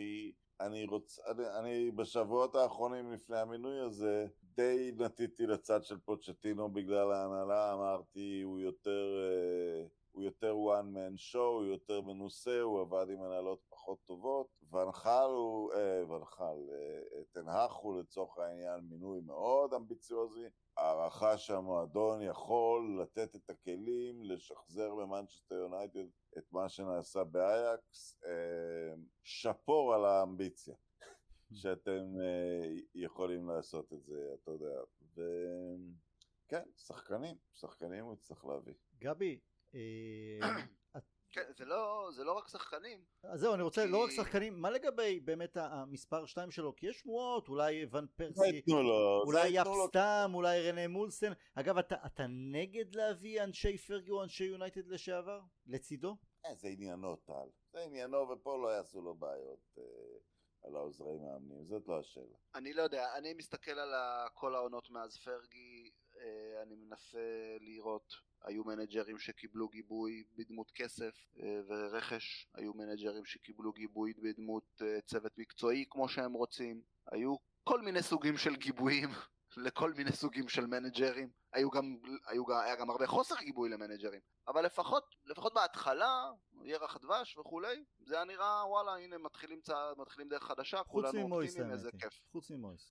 אני בשבועות האחרונים לפני המינוי הזה די נטיתי לצד של פוצ'טינו בגלל ההנהלה. אמרתי הוא יותר one man show, הוא יותר מנוסה, הוא עבד עם הנהלות פחות טובות. תנח הוא לצורך העניין מינוי מאוד אמביציוזי, הערכה שהמועדון יכול לתת את הכלים לשחזר במנצ'סטר יונייטד את מה שנעשה באייקס. שפור על האמביציה שאתם יכולים לעשות את זה, אתה יודע. וכן, שחקנים הוא יצטרך להביא. גבי, כן, זה לא רק שחקנים. אז זהו, אני רוצה, לא רק שחקנים, מה לגבי באמת המספר 2 שלו? כי יש שמועות, אולי ון פרסי, אולי יפסטם, אולי רנה מולסן. אגב, אתה נגד להביא אנשי פרגי או אנשי יונייטד לשעבר? לצידו? זה עניינו טל. זה עניינו, ופה לא יעשו לו בעיות על העוזרי מאמנים. זאת לא השאלה. אני לא יודע, אני מסתכל על כל העונות מאז פרגי, אני מנסה לראות. היו מנג'רים שקיבלו גיבוי בדמות כסף ורכש, היו מנג'רים שקיבלו גיבוי בדמות צוות מקצועי כמו שהם רוצים, היו כל מיני סוגים של גיבויים לכל מיני סוגים של מנג'רים, היה גם הרבה חוסר גיבוי למנג'רים, אבל לפחות בהתחלה, ירח דבש וכולי, זה היה נראה וואלה, הנה מתחילים דרך חדשה, כולנו אופטימיים, איזה כיף. חוץ ממויס.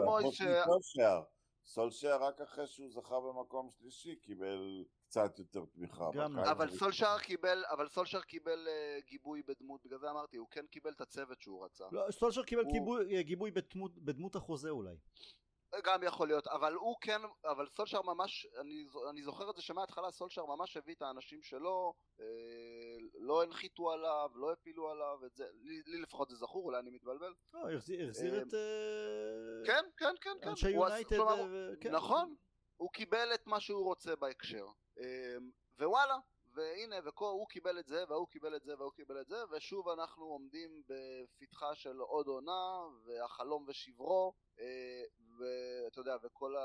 סולשייר רק אחרי שהוא זכה במקום שלישי קיבל קצת יותר תמיכה. אבל סולשייר קיבל גיבוי בדמות, בגלל זה אמרתי, הוא כן קיבל את הצוות שהוא רצה. לא, סולשייר קיבל גיבוי בדמות החוזה אולי. גם יכול להיות, אבל סולשייר ממש, אני זוכר את זה שמההתחלה סולשייר ממש הביא את האנשים שלו, לא הנחיתו עליו, לא הפילו עליו, לי לפחות זה זכור, אולי אני מתבלבל. החזיר את כן, אנשי יונייטד. נכון, הוא קיבל את מה שהוא רוצה בהקשר, ווואלה, והנה, הוא קיבל את זה, והוא קיבל את זה, והוא קיבל את זה, ושוב אנחנו עומדים בפתחה של עוד עונה, והחלום ושברו, ואתה יודע, וכל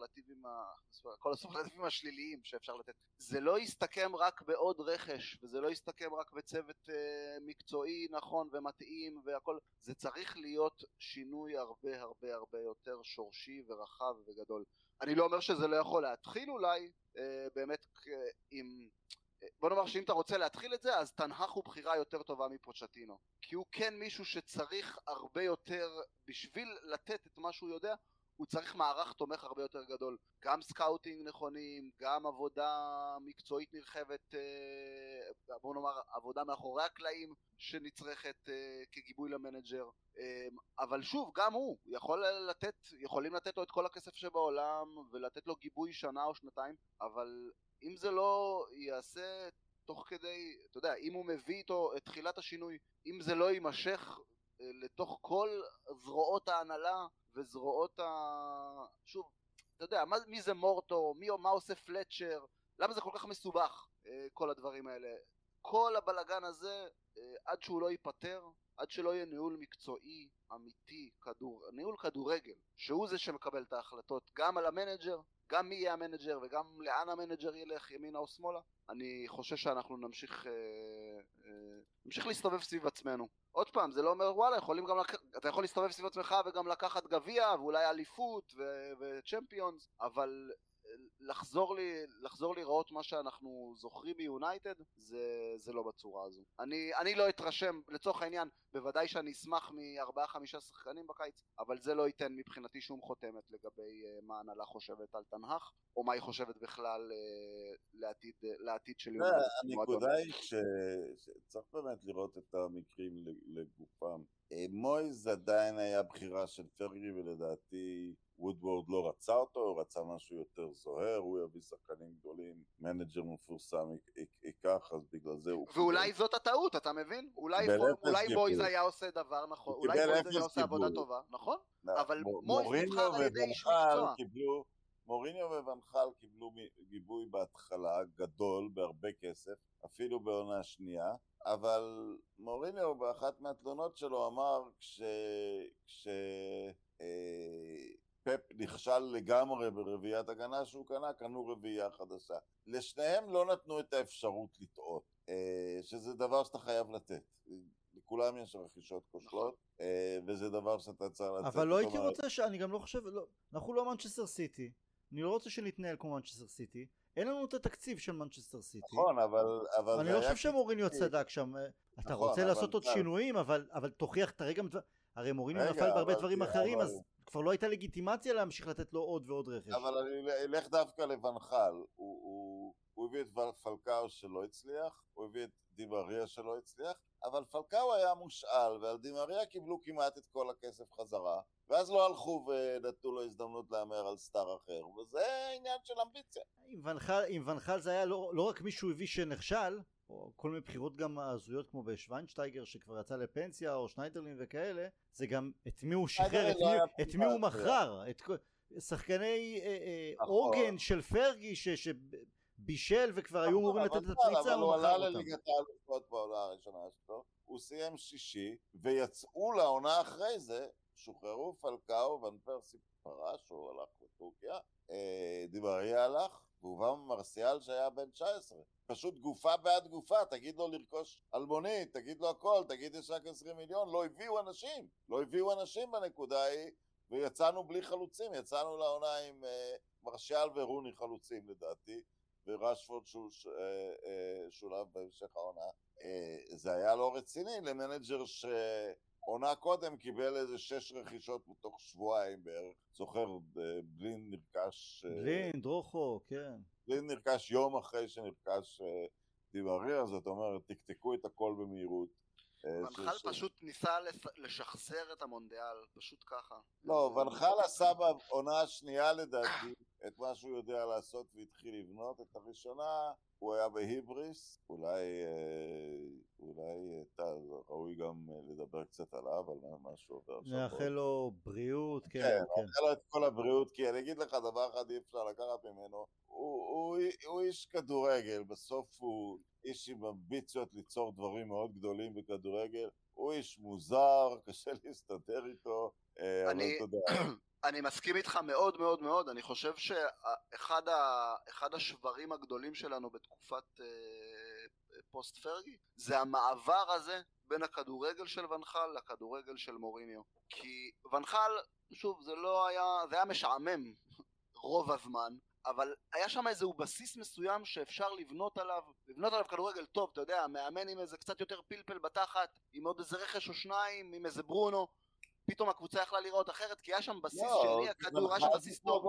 הסופרלטיבים השליליים שאפשר לתת. זה לא יסתכם רק בעוד רכש, וזה לא יסתכם רק בצוות מקצועי נכון ומתאים והכל, זה צריך להיות שינוי הרבה הרבה הרבה יותר שורשי ורחב וגדול. אני לא אומר שזה לא יכול להתחיל אולי, באמת עם... בוא נאמר שאם אתה רוצה להתחיל את זה, אז תנהך הוא בחירה יותר טובה מפוצ'טינו, כי הוא כן מישהו שצריך הרבה יותר, בשביל לתת את מה שהוא יודע, הוא צריך מערך תומך הרבה יותר גדול, גם סקאוטינג נכונים, גם עבודה מקצועית נרחבת, בוא נאמר עבודה מאחורי הקלעים שנצרכת כגיבוי למנג'ר, אבל שוב, גם הוא יכולים לתת לו את כל הכסף שבעולם ולתת לו גיבוי שנה או שנתיים, אבל אם זה לא יעשה תוך כדי, אתה יודע, אם הוא מביא איתו את תחילת השינוי, אם זה לא יימשך לתוך כל זרועות ההנהלה וזרועות שוב, אתה יודע, מי זה מורטו, מה עושה פלצ'ר, למה זה כל כך מסובך, כל הדברים האלה. כל הבלגן הזה, עד שהוא לא ייפטר, עד שלא יהיה ניהול מקצועי, אמיתי, ניהול כדורגל, שהוא זה שמקבל את ההחלטות, גם על המנג'ר, גם מי יהיה המנג'ר וגם לאן המנג'ר ילך, ימינה או שמאלה, אני חושש שאנחנו נמשיך להסתובב סביב עצמנו. עוד פעם, זה לא אומר וואלה, אתה יכול להסתובב סביב עצמך וגם לקחת גביע ואולי אליפות וצ'מפיונס, אבל לחזור לראות מה שאנחנו זוכרים ביונייטד, זה לא בצורה הזו. אני לא אתרשם, לצורך העניין, בוודאי שאני אשמח מ4-5 שחקנים בקיץ, אבל זה לא ייתן מבחינתי שום חותמת לגבי מה הנהלה חושבת על תנהך, או מה היא חושבת בכלל לעתיד של יונייטד. הנקודה היא שצריך באמת לראות את המקרים לגופם. מויז עדיין היה בחירה של פרגי, ולדעתי וודוורד לא רצה אותו, הוא רצה משהו יותר זוהר, הוא יביא שחקנים גדולים, מנג'ר מפורסם ייקח, אז בגלל זה הוא... ואולי זאת הטעות, אתה מבין? אולי מויז היה עושה דבר נכון, אולי מויז היה עושה עבודה טובה, נכון? אבל מויז נבחר על ידי איש מקצוע. מוריניו וונחל קיבלו גיבוי בהתחלה גדול בהרבה כסף, אפילו בעונה שנייה, אבל מוריניו באחת מהתלונות שלו אמר פפ נכשל לגמרי ברביעיית הגנה שהוא קנו רביעייה חדשה. לשניהם לא נתנו את האפשרות לטעות, שזה דבר שאתה חייב לתת. לכולם יש רכישות כושלות, וזה דבר שאתה צריך לתת. אבל לא הייתי רוצה אני גם לא חושב, אנחנו לא מנצ'סטר סיטי, אני לא רוצה שנתנהל כמו מנצ'סטר סיטי, אין לנו את התקציב של מנצ'סטר סיטי. נכון, אבל אני לא חושב שמוריניו צדק שם, אתה רוצה לעשות עוד שינויים, אבל תוכיח, תראה גם, הרי מוריניו נפל בהרבה דברים אחרים, אז כבר לא הייתה לגיטימציה להמשיך לתת לו עוד ועוד רכש. אבל אני אלך דווקא לבנחל, הוא הביא את פלקאו שלא הצליח, הוא הביא את דימריה שלא הצליח, אבל פלקאו היה מושאל, ועל דימריה קיבלו כמעט את כל הכסף חזרה, ואז לא הלכו ונתנו לו הזדמנות לאמר על סטאר אחר, וזה עניין של אמביציה. עם ונחל זה היה לא רק מישהו הביא שנכשל, או כל מיני בחירות גם הזויות כמו בשוונשטייגר שכבר יצא לפנסיה, או שניידרלין וכאלה, זה גם את מי הוא שחרר, את מי הוא מכר, את שחקני אוגן של פרגי שבישל וכבר היו אמורים לתת את הפריצה, אבל הוא עלה לליגת האלופות בעונה הראשונה שלו, הוא סיים שישי, ויצאו לעונה אחרי זה, שוחררו פלקאו, ון פרסי פרש, הוא הלך לטורקיה, דימריה הלך, והובא מרסיאל שהיה בן 19. פשוט גופה בעד גופה, תגיד לו לרכוש אלמונית, תגיד לו הכל, תגיד יש רק 20 מיליון, לא הביאו אנשים בנקודה היא, ויצאנו בלי חלוצים, יצאנו לעונה עם מרסיאל ורוני חלוצים לדעתי, ורשפורד שולב בהמשך העונה. זה היה לא רציני למנג'ר שעונה קודם קיבל איזה 6 רכישות בתוך שבועיים בערך, זוכר, בלין נרכש... בלין, דרוחו, כן. בלין נרכש יום אחרי שנרכש דימריה, זאת אומרת, תקתקו את הכל במהירות. ונחל פשוט ניסה לשחזר את המונדיאל, פשוט ככה. לא, ונחל עשה בעונה השנייה לדעתי את מה שהוא יודע לעשות והתחיל לבנות. את הראשונה הוא היה בהיבריס, אולי ראוי גם לדבר קצת עליו, על מה שהוא עובר עכשיו. נאחל לו בריאות, כן, כן, כן. נאחל לו את כל הבריאות, כי אני אגיד לך דבר אחד אי אפשר לקחת ממנו, הוא איש כדורגל, בסוף הוא איש עם אמביציות ליצור דברים מאוד גדולים בכדורגל, הוא איש מוזר, קשה להסתדר איתו, אבל אתה יודע. אני מסכים איתך מאוד מאוד מאוד, אני חושב שאחד השברים הגדולים שלנו בתקופת פוסט פרגי, זה המעבר הזה בין הכדורגל של ונחל לכדורגל של מוריניו. כי ונחל, שוב, זה היה משעמם רוב הזמן, אבל היה שם איזשהו בסיס מסוים שאפשר לבנות עליו כדורגל טוב, אתה יודע, מאמן עם איזה קצת יותר פלפל בתחת, עם עוד איזה רכש או שניים, עם איזה ברונו, פתאום הקבוצה יכלה לראות אחרת, כי היה שם בסיס שהניע כדור, היה שם בסיס טוב.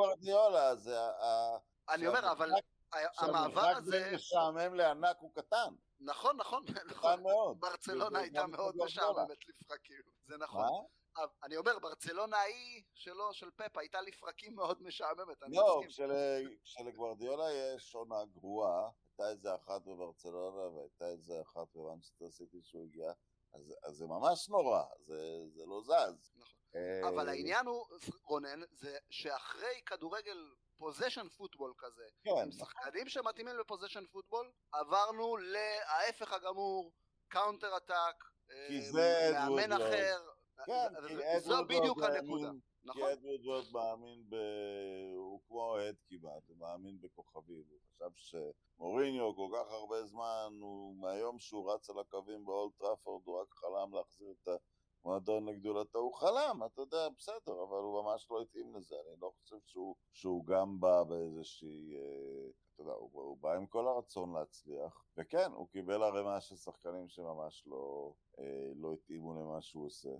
אני אומר, אבל המעבר הזה... שהמשחק בין משעמם לענק הוא קטן. נכון. קטן מאוד. ברצלונה הייתה מאוד משעממת לפרקים, זה נכון. אני אומר, ברצלונה ההיא של פפ הייתה לפרקים מאוד משעממת, אני לא, מסכים. כשלגוארדיולה יש עונה גרועה, הייתה איזה אחת בברצלונה והייתה איזה אחת במנצ'סטר סיטי שהוא הגיע, אז זה ממש נורא, זה לא זז. נכון. אבל העניין הוא, רונן, זה שאחרי כדורגל פוזיישן פוטבול כזה, עם שחקנים שמתאימים לפוזיישן פוטבול, עברנו להפך הגמור, קאונטר אטאק, מאמן אחר, זו בדיוק הנקודה. כי אדוארד מאמין הוא כמו אוהד כמעט, הוא מאמין בכוכבים, הוא חשב שמוריניו כל כך הרבה זמן, מהיום שהוא רץ על הקווים באולד טראפורד, הוא רק חלם להחזיר את המועדון לגדולתו, הוא חלם, אתה יודע, בסדר, אבל הוא ממש לא התאים לזה, אני לא חושב שהוא גם בא באיזושהי, אתה יודע, הוא בא עם כל הרצון להצליח, וכן, הוא קיבל ערימה של שחקנים שממש לא התאימו למה שהוא עושה,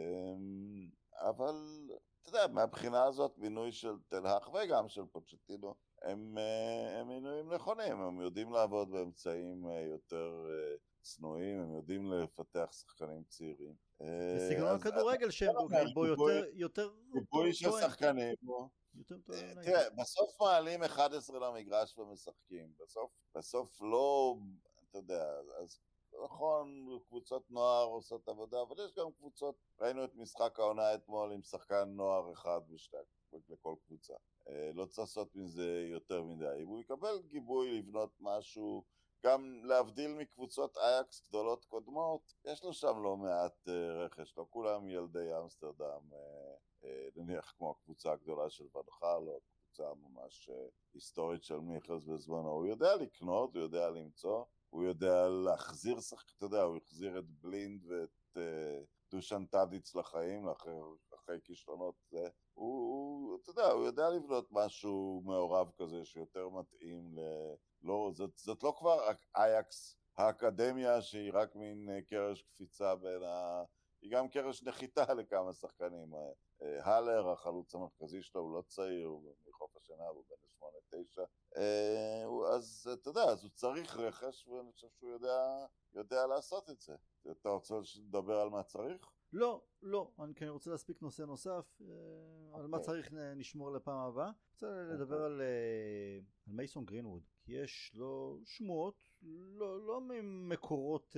אבל אתה יודע, מהבחינה הזאת מינוי של תלהך וגם של פוצ'טינו הם מינויים נכונים, הם יודעים לעבוד באמצעים יותר צנועים, הם יודעים לפתח שחקנים צעירים. בסגנון הכדורגל שהם דוגלים בו יותר גיבוי של שחקנים. תראה, בסוף מעלים 11 למגרש ומשחקים, בסוף לא, אתה יודע, אז נכון, קבוצות נוער עושות עבודה, אבל יש גם קבוצות, ראינו את משחק העונה אתמול עם שחקן נוער אחד לכל קבוצה. לא צריך לעשות מזה יותר מדי. אם הוא יקבל גיבוי לבנות משהו, גם להבדיל מקבוצות אייקס גדולות קודמות, יש לו שם לא מעט רכש, לא כולם ילדי אמסטרדם, נניח כמו הקבוצה הגדולה של ונחל, או הקבוצה ממש היסטורית של מיכלס בזמנו. הוא יודע לקנות, הוא יודע למצוא, הוא יודע להחזיר שחק, אתה יודע, הוא החזיר את בלינד ואת דושן טאדיץ לחיים, אחרי כישלונות זה. אתה יודע, הוא יודע לבנות משהו מעורב כזה שיותר מתאים לא, זאת לא כבר אייקס האקדמיה שהיא רק מין קרש קפיצה היא גם קרש נחיתה לכמה שחקנים. הלר, החלוץ המרכזי שלו, הוא לא צעיר, הוא מחוף השינה, הוא בן 8-9, אז אתה יודע, אז הוא צריך רכש, ואני חושב שהוא יודע לעשות את זה. אתה רוצה לדבר על מה צריך? לא, אני רוצה להספיק נושא נוסף, על מה צריך נשמור לפעם הבאה. אני רוצה לדבר על מייסון גרינווד, כי יש לו שמועות, לא ממקורות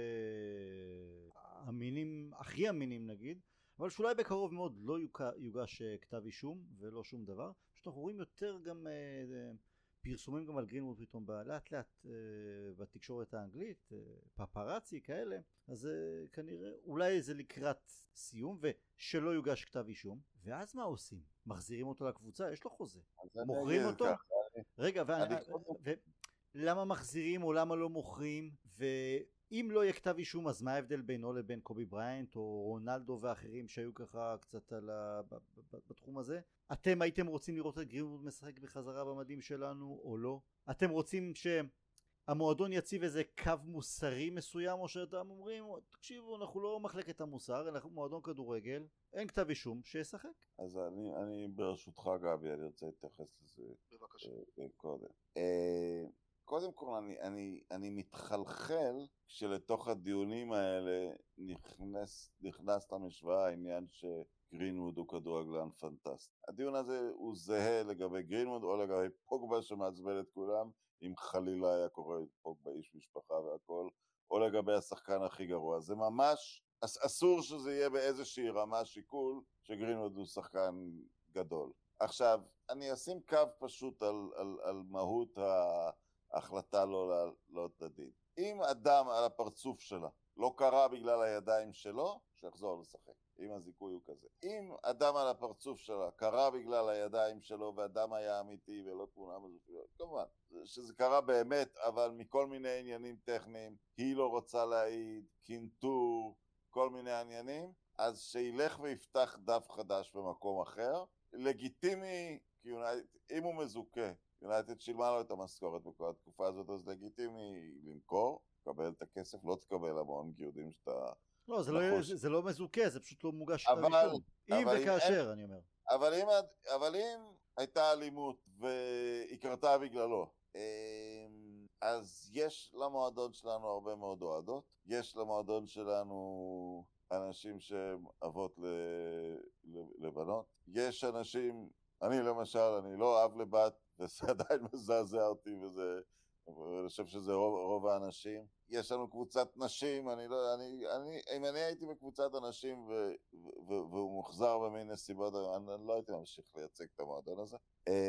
אמינים, הכי אמינים נגיד, אבל שאולי בקרוב מאוד לא יוגש כתב אישום ולא שום דבר. פשוט אנחנו רואים יותר גם פרסומים גם על גרינווד פתאום לאט לאט בתקשורת האנגלית, פפרצי כאלה, אז כנראה אולי זה לקראת סיום ושלא יוגש כתב אישום. ואז מה עושים? מחזירים אותו לקבוצה? יש לו חוזה, מוכרים אותו? רגע, למה מחזירים או למה לא מוכרים? ואם לא יהיה כתב אישום, אז מה ההבדל בינו לבין קובי בריינט או רונלדו ואחרים שהיו ככה קצת בתחום הזה? אתם הייתם רוצים לראות את גרינווד משחק בחזרה במדים שלנו או לא? אתם רוצים שהמועדון יציב איזה קו מוסרי מסוים, או שאתם אומרים, תקשיבו, אנחנו לא מחלקת המוסר, אנחנו מועדון כדורגל, אין כתב אישום, שישחק? אז אני ברשותך גבי, אני רוצה להתייחס לזה קודם. קודם כל אני מתחלחל כשלתוך הדיונים האלה נכנס למשוואה העניין גרינווד הוא כדורגלן פנטסטי. הדיון הזה הוא זהה לגבי גרינווד או לגבי פוגבה שמעצבן את כולם, אם חלילה היה קורה פוגבה איש משפחה והכל, או לגבי השחקן הכי גרוע. זה ממש, אסור שזה יהיה באיזושהי רמה שיקול שגרינווד הוא שחקן גדול. עכשיו, אני אשים קו פשוט על מהות ההחלטה לא לדין. אם אדם על הפרצוף שלה לא קרה בגלל הידיים שלו, שיחזור לשחק. אם הזיכוי הוא כזה. אם אדם על הפרצוף שלה קרה בגלל הידיים שלו ואדם היה אמיתי ולא תמונה מזופיות, כמובן, שזה קרה באמת, אבל מכל מיני עניינים טכניים, היא לא רוצה להעיד, קינטור, כל מיני עניינים, אז שילך ויפתח דף חדש במקום אחר. לגיטימי, כי אם הוא מזוכה, יונייטד שילמה לו את המשכורת בכל התקופה הזאת, אז לגיטימי למכור, תקבל את הכסף, לא תקבל המון, כי יודעים שאתה... לא, זה לא מזוכה, זה פשוט לא מוגש כתב אישום. אם וכאשר, אני אומר. אבל אם הייתה אלימות והיא קרתה בגללו, אז יש למועדון שלנו הרבה מאוד אוהדות, יש למועדון שלנו אנשים שהם אבות לבנות, יש אנשים, אני למשל, אני לא אב לבת, וזה עדיין מזעזע אותי, ואני חושב שזה רוב האנשים. יש לנו קבוצת נשים, אם אני הייתי בקבוצת אנשים והוא מוחזר במין נסיבות, אני לא הייתי ממשיך לייצג את המועדון הזה.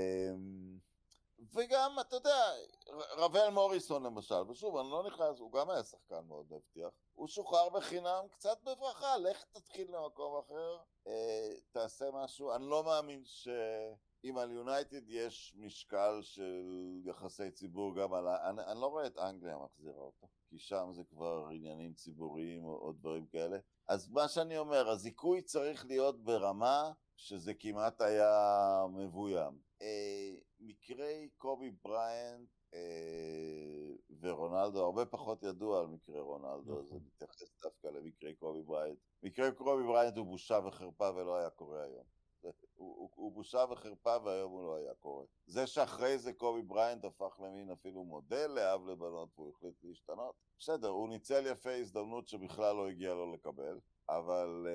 וגם, אתה יודע, רבל מוריסון למשל, ושוב, אני לא נכנס, הוא גם היה שחקן מאוד מבטיח, הוא שוחרר בחינם קצת בברכה, לך תתחיל למקום אחר, תעשה משהו. אני לא מאמין אם על יונייטד יש משקל של יחסי ציבור גם על... אני לא רואה את אנגליה מחזירה אותו, כי שם זה כבר עניינים ציבוריים או דברים כאלה. אז מה שאני אומר, הזיכוי צריך להיות ברמה שזה כמעט היה מבוים. מקרי קובי בריינט ורונלדו, הרבה פחות ידוע על מקרה רונלדו, אז אני מתייחס דווקא למקרי קובי בריינט. מקרה קובי בריינט הוא בושה וחרפה ולא היה קורה היום. הוא בושה וחרפה והיום הוא לא היה קורה. זה שאחרי זה קובי בריינט הפך למין אפילו מודל לאב לבנות והוא החליט להשתנות, בסדר, הוא ניצל יפה הזדמנות שבכלל לא הגיע לו לקבל, אבל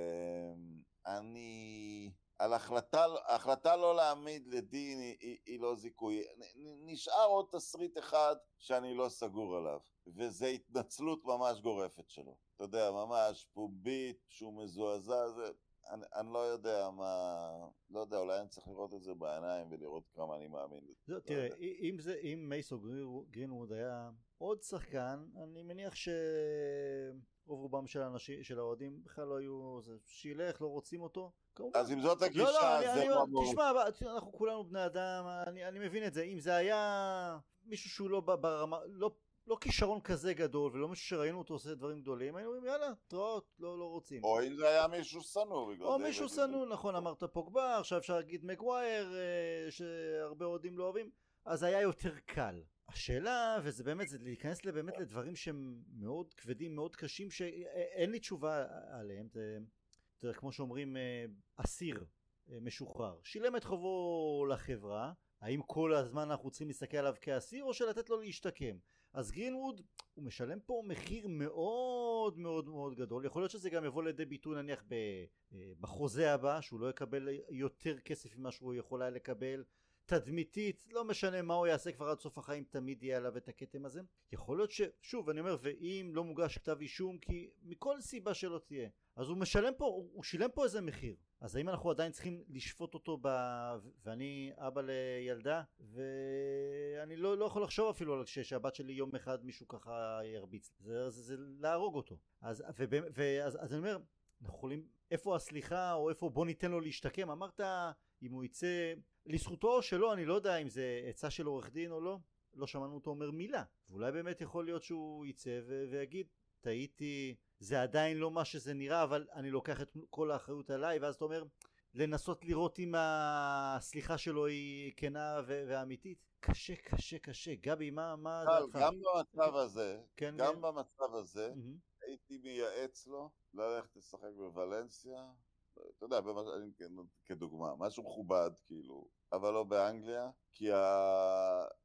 על החלטה לא להעמיד לדין היא לא זיכוי. נשאר עוד תסריט אחד שאני לא סגור עליו, וזה התנצלות ממש גורפת שלו. אתה יודע, ממש פומבית, שהוא מזועזע, אני לא יודע לא יודע, אולי אני צריך לראות את זה בעיניים ולראות כמה אני מאמין. תראה, אם מייסון גרינווד היה עוד שחקן, אני מניח רובם של האוהדים בכלל לא היו, שילך, לא רוצים אותו. אז אם זאת הגישה, זה לא אמור. תשמע, אנחנו כולנו בני אדם, אני מבין את זה. אם זה היה מישהו שהוא לא ברמה, לא כישרון כזה גדול, ולא מישהו שראינו אותו עושה דברים גדולים, היינו אומרים יאללה, תראות, לא רוצים. או אם זה היה מישהו סנור. או מישהו סנור, נכון, אמרת פוגבה, עכשיו אפשר להגיד מגווייר, שהרבה אוהדים לא אוהבים, אז היה יותר קל. השאלה, וזה באמת, זה להיכנס באמת לדברים שהם מאוד כבדים, מאוד קשים, שאין לי תשובה עליהם. זה כמו שאומרים, אסיר משוחרר. שילם את חובו לחברה, האם כל הזמן אנחנו צריכים להסתכל עליו כאסיר, או שלתת לו להשתקם? אז גרינווד, הוא משלם פה מחיר מאוד מאוד מאוד גדול. יכול להיות שזה גם יבוא לידי ביטוי נניח בחוזה הבא, שהוא לא יקבל יותר כסף ממה שהוא יכול היה לקבל. תדמיתית, לא משנה מה הוא יעשה כבר עד סוף החיים, תמיד יהיה עליו את הכתם הזה. יכול להיות שוב, אני אומר, ואם לא מוגש כתב אישום, כי מכל סיבה שלא תהיה, אז הוא משלם פה, הוא שילם פה איזה מחיר. אז האם אנחנו עדיין צריכים לשפוט אותו ואני אבא לילדה, ואני לא יכול לחשוב אפילו על שהבת שלי יום אחד מישהו ככה ירביץ. זה להרוג אותו. אז אני אומר, אנחנו יכולים, איפה הסליחה, או איפה בוא ניתן לו להשתקם? אמרת, אם הוא יצא לזכותו או שלא, אני לא יודע אם זה עצה של עורך דין או לא, לא שמענו אותו אומר מילה. ואולי באמת יכול להיות שהוא יצא ויגיד, טעיתי, זה עדיין לא מה שזה נראה, אבל אני לוקח את כל האחריות עליי, ואז אתה אומר, לנסות לראות אם הסליחה שלו היא כנה ואמיתית. קשה, קשה, קשה. גבי, מה דעתך? גם במצב הזה, הייתי מייעץ לו ללכת לשחק בוולנסיה, אתה יודע, כדוגמה, משהו מכובד כאילו, אבל לא באנגליה,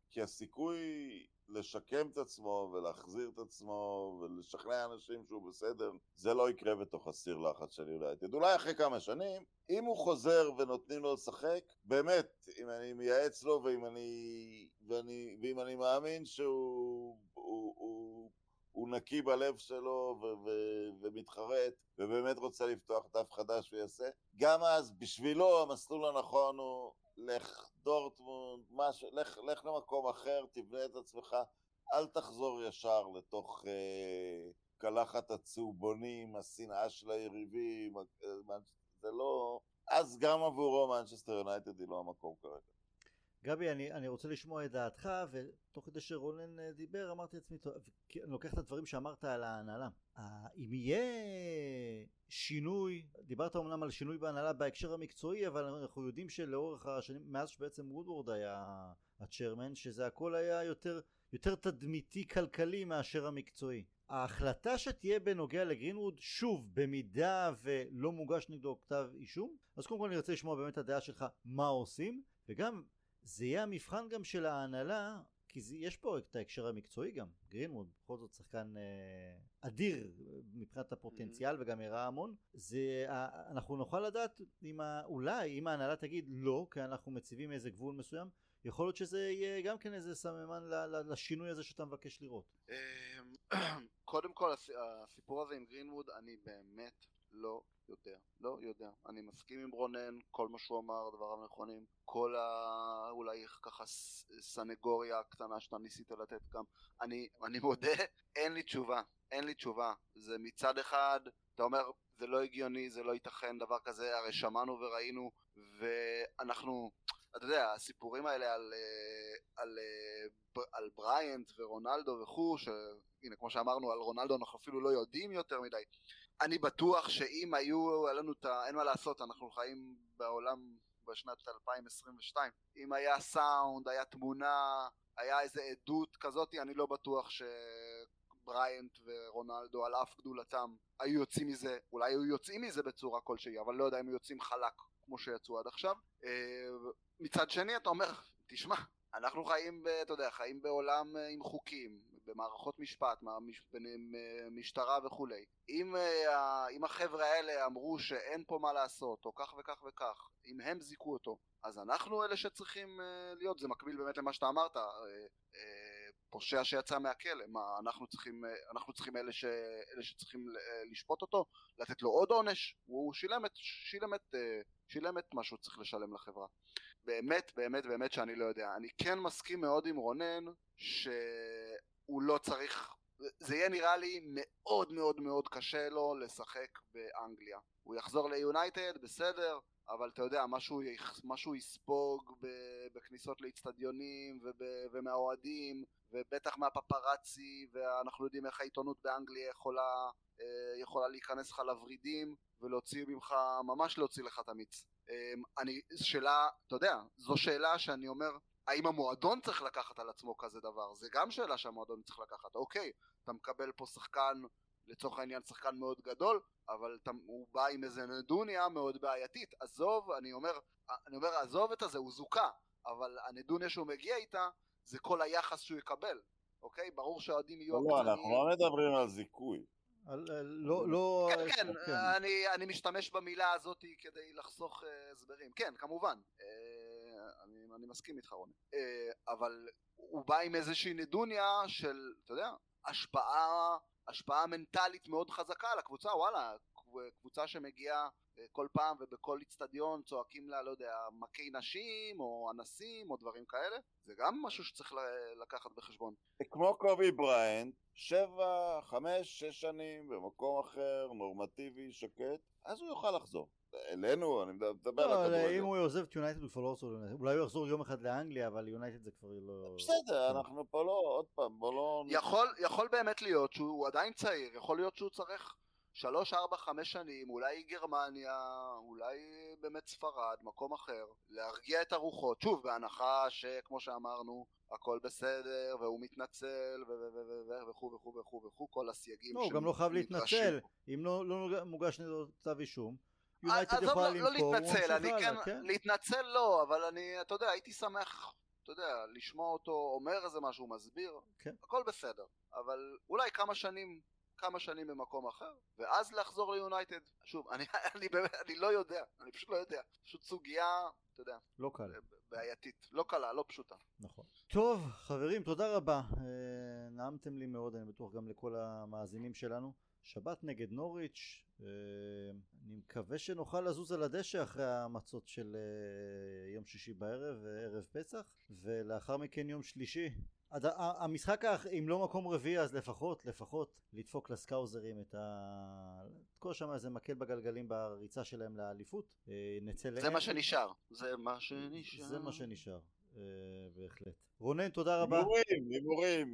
כי הסיכוי לשקם את עצמו ולהחזיר את עצמו ולשכנע אנשים שהוא בסדר, זה לא יקרה בתוך הסיר לחץ של יונייטד. אולי אחרי כמה שנים, אם הוא חוזר ונותנים לו לשחק, באמת, אם אני מייעץ לו ואם אני מאמין שהוא הוא נקי בלב שלו ומתחרט ובאמת רוצה לפתוח דף חדש ויעשה, גם אז בשבילו המסלול הנכון הוא לך דורטמונד, לך למקום אחר, תבנה את עצמך, אל תחזור ישר לתוך קלחת הצהובונים, השנאה של היריבים, זה לא, אז גם עבורו מנצ'סטר יונייטד היא לא המקום כרגע. גבי, אני רוצה לשמוע את דעתך, ותוך כדי שרונן דיבר אמרתי לעצמי, אני לוקח את הדברים שאמרת על ההנהלה. אם יהיה שינוי, דיברת אומנם על שינוי בהנהלה בהקשר המקצועי, אבל אנחנו יודעים שלאורך השנים, מאז שבעצם וודוורד היה הצ'רמן, שזה הכל היה יותר תדמיתי כלכלי מאשר המקצועי. ההחלטה שתהיה בנוגע לגרינווד, שוב, במידה ולא מוגש נגדו כתב אישום, אז קודם כל אני רוצה לשמוע באמת הדעה שלך מה עושים, וגם זה יהיה המבחן גם של ההנהלה, כי יש פה את ההקשר המקצועי גם. גרינווד בכל זאת שחקן אדיר מבחינת הפוטנציאל וגם יראה המון. אנחנו נוכל לדעת אולי אם ההנהלה תגיד לא, כי אנחנו מציבים איזה גבול מסוים, יכול להיות שזה יהיה גם כן איזה סממן לשינוי הזה שאתה מבקש לראות. קודם כל הסיפור הזה עם גרינווד אני באמת לא יודע. אני מסכים עם רונן, כל מה שהוא אמר, דבריו נכונים, כל אולי ככה סנגוריה הקטנה שאתה ניסית לתת גם, אני מודה, אין לי תשובה. זה מצד אחד, אתה אומר, זה לא הגיוני, זה לא ייתכן, דבר כזה, הרי שמענו וראינו, ואנחנו, אתה יודע, הסיפורים האלה על בריינט ורונלדו וכו', הנה, כמו שאמרנו, על רונלדו אנחנו אפילו לא יודעים יותר מדי. אני בטוח שאם היה לנו אין מה לעשות, אנחנו חיים בעולם בשנת 2022. אם היה סאונד, היה תמונה, היה איזה עדות כזאת, אני לא בטוח שבריינט ורונלדו על אף גדולתם היו יוצאים מזה, אולי היו יוצאים מזה בצורה כלשהי, אבל לא יודע אם יוצאים חלק כמו שיצאו עד עכשיו. מצד שני אתה אומר, תשמע, אנחנו חיים, אתה יודע, חיים בעולם עם חוקים, במערכות משפט, משטרה וכולי. אם החבר'ה האלה אמרו שאין פה מה לעשות, או כך וכך וכך, אם הם זיקו אותו, אז אנחנו אלה שצריכים להיות, זה מקביל באמת למה שאתה אמרת, פושע שיצא מהכלא, אנחנו צריכים אלה שצריכים לשפוט אותו, לתת לו עוד עונש, הוא שילם את מה שהוא צריך לשלם לחברה. באמת שאני לא יודע. אני כן מסכים מאוד עם רונן שהוא לא צריך, זה יהיה נראה לי מאוד מאוד מאוד קשה לו לשחק באנגליה. הוא יחזור ליונייטד, בסדר, אבל אתה יודע, משהו יספוג בכניסות לאצטדיונים ומהאוהדים, ובטח מהפפרצי, ואנחנו יודעים איך העיתונות באנגליה יכולה להיכנס לך לורידים ולהוציא ממך, ממש להוציא לך את המיץ. שאלה, אתה יודע, זו שאלה שאני אומר, האם המועדון צריך לקחת על עצמו כזה דבר? זה גם שאלה שהמועדון צריך לקחת. אוקיי, אתה מקבל פה שחקן, לצורך העניין שחקן מאוד גדול, אבל הוא בא עם איזה נדוניה מאוד בעייתית. אני אומר, עזוב את הזה, הוא זוקה, אבל הנדוניה שהוא מגיע איתה, זה כל היחס שהוא יקבל. אוקיי? ברור שהעדים יהיו... לא, אנחנו לא מדברים על זיכוי. כן, אני משתמש במילה הזאת כדי לחסוך הסברים. כן, כמובן. אני מסכים איתך, רוני. אבל הוא בא עם איזושהי נדוניה של, אתה יודע, השפעה מנטלית מאוד חזקה על הקבוצה. וואלה, קבוצה שמגיעה כל פעם ובכל אצטדיון צועקים לה, לא יודע, מקי נשים או אנסים או דברים כאלה. זה גם משהו שצריך לקחת בחשבון. כמו קובי בריינט, 7, 5, 6 שנים במקום אחר, נורמטיבי, שקט, אז הוא יוכל לחזור. אלינו, אני מדבר על הכדורגל. אם הוא עוזב את יונייטד הוא כבר לא עוזב ליונייטד. אולי הוא יחזור יום אחד לאנגליה, אבל יונייטד זה כבר לא... בסדר, אנחנו פה לא, עוד פעם, בוא לא... יכול באמת להיות שהוא עדיין צעיר, יכול להיות שהוא צריך 3, 4, 5 שנים, אולי גרמניה, אולי באמת ספרד, מקום אחר, להרגיע את הרוחות, שוב, בהנחה שכמו שאמרנו, הכל בסדר, והוא מתנצל, וכו' וכו' וכו' וכו', כל הסייגים לא, הוא גם לא חייב להתנצל, אם לא מוגש נגדו כתב אישום, יונייטד יכולה למכור, להתנצל לא, אבל אתה יודע, הייתי שמח, אתה יודע, לשמוע אותו אומר איזה משהו, מסביר, כן. הכל בסדר, אבל אולי כמה שנים במקום אחר, ואז לחזור ליונייטד. שוב, אני לא יודע, אני פשוט לא יודע. פשוט סוגיה, אתה יודע, לא קל. בעייתית, לא קלה, לא פשוטה. נכון. טוב, חברים, תודה רבה. נעמתם לי מאוד, אני בטוח גם לכל המאזינים שלנו. שבת נגד נוריץ', אני מקווה שנוכל לזוז על הדשא אחרי המצות של יום שישי בערב, ערב פסח, ולאחר מכן יום שלישי. המשחק, אם לא מקום רביעי, אז לפחות לדפוק לסקאוזרים את כל שם איזה מקל בגלגלים בריצה שלהם לאליפות. זה מה שנשאר. זה מה שנשאר. בהחלט. רונן, תודה רבה. הימורים.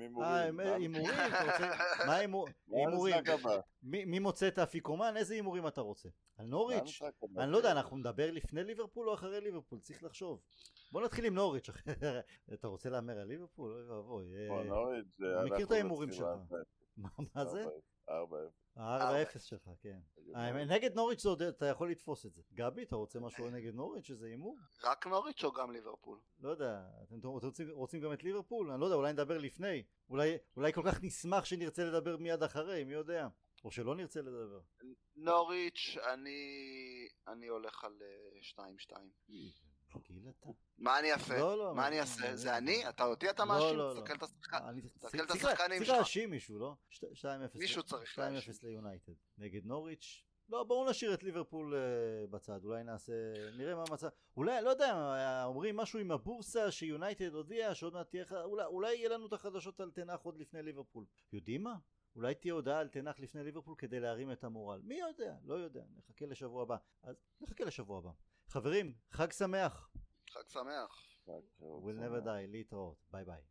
מה הימורים? מי מוצא את האפיקומן? איזה הימורים אתה רוצה? על נוריץ'? אני לא יודע, אנחנו נדבר לפני ליברפול או אחרי ליברפול, צריך לחשוב. בוא נתחיל עם נוריץ'. אתה רוצה להמר על ליברפול? אוי ואבוי. אני מכיר את ההימורים שלך. מה זה? 4-0. 4-0 שלך, כן. נגד נוריץ' אתה יכול לתפוס את זה. גבי, אתה רוצה משהו נגד נוריץ', שזה הימור? רק נוריץ' או גם ליברפול? לא יודע, אתם רוצים גם את ליברפול? אני לא יודע, אולי נדבר לפני. אולי כל כך נשמח שנרצה לדבר מיד אחרי, מי יודע? או שלא נרצה לדבר. נוריץ', אני הולך על 2-2. גיל אתה. מה אני אעשה? לא, מה אני אעשה? זה אני? אתה אותי אתה מאשים? תסתכל את השחקנים שלך. צריך להאשים מישהו, לא? 2-0. מישהו צריך להאשים. 2-0 ליונייטד. נגד נוריץ'. לא, בואו נשאיר את ליברפול בצד. אולי נראה מה המצב. אולי, לא יודע, אומרים משהו עם הבורסה שיונייטד הודיע שעוד מעט תהיה, אולי יהיה לנו את החדשות על תנח עוד לפני ליברפול. יודעים מה? אולי תהיה הודעה על תנח לפני ליברפול כדי להרים את המורל. מי יודע? לא יודע. נחכה לשבוע הבא. אז נחכה לשבוע הבא. חברים, חג שמח. חג שמח. We'll never die. להתראות. ביי ביי.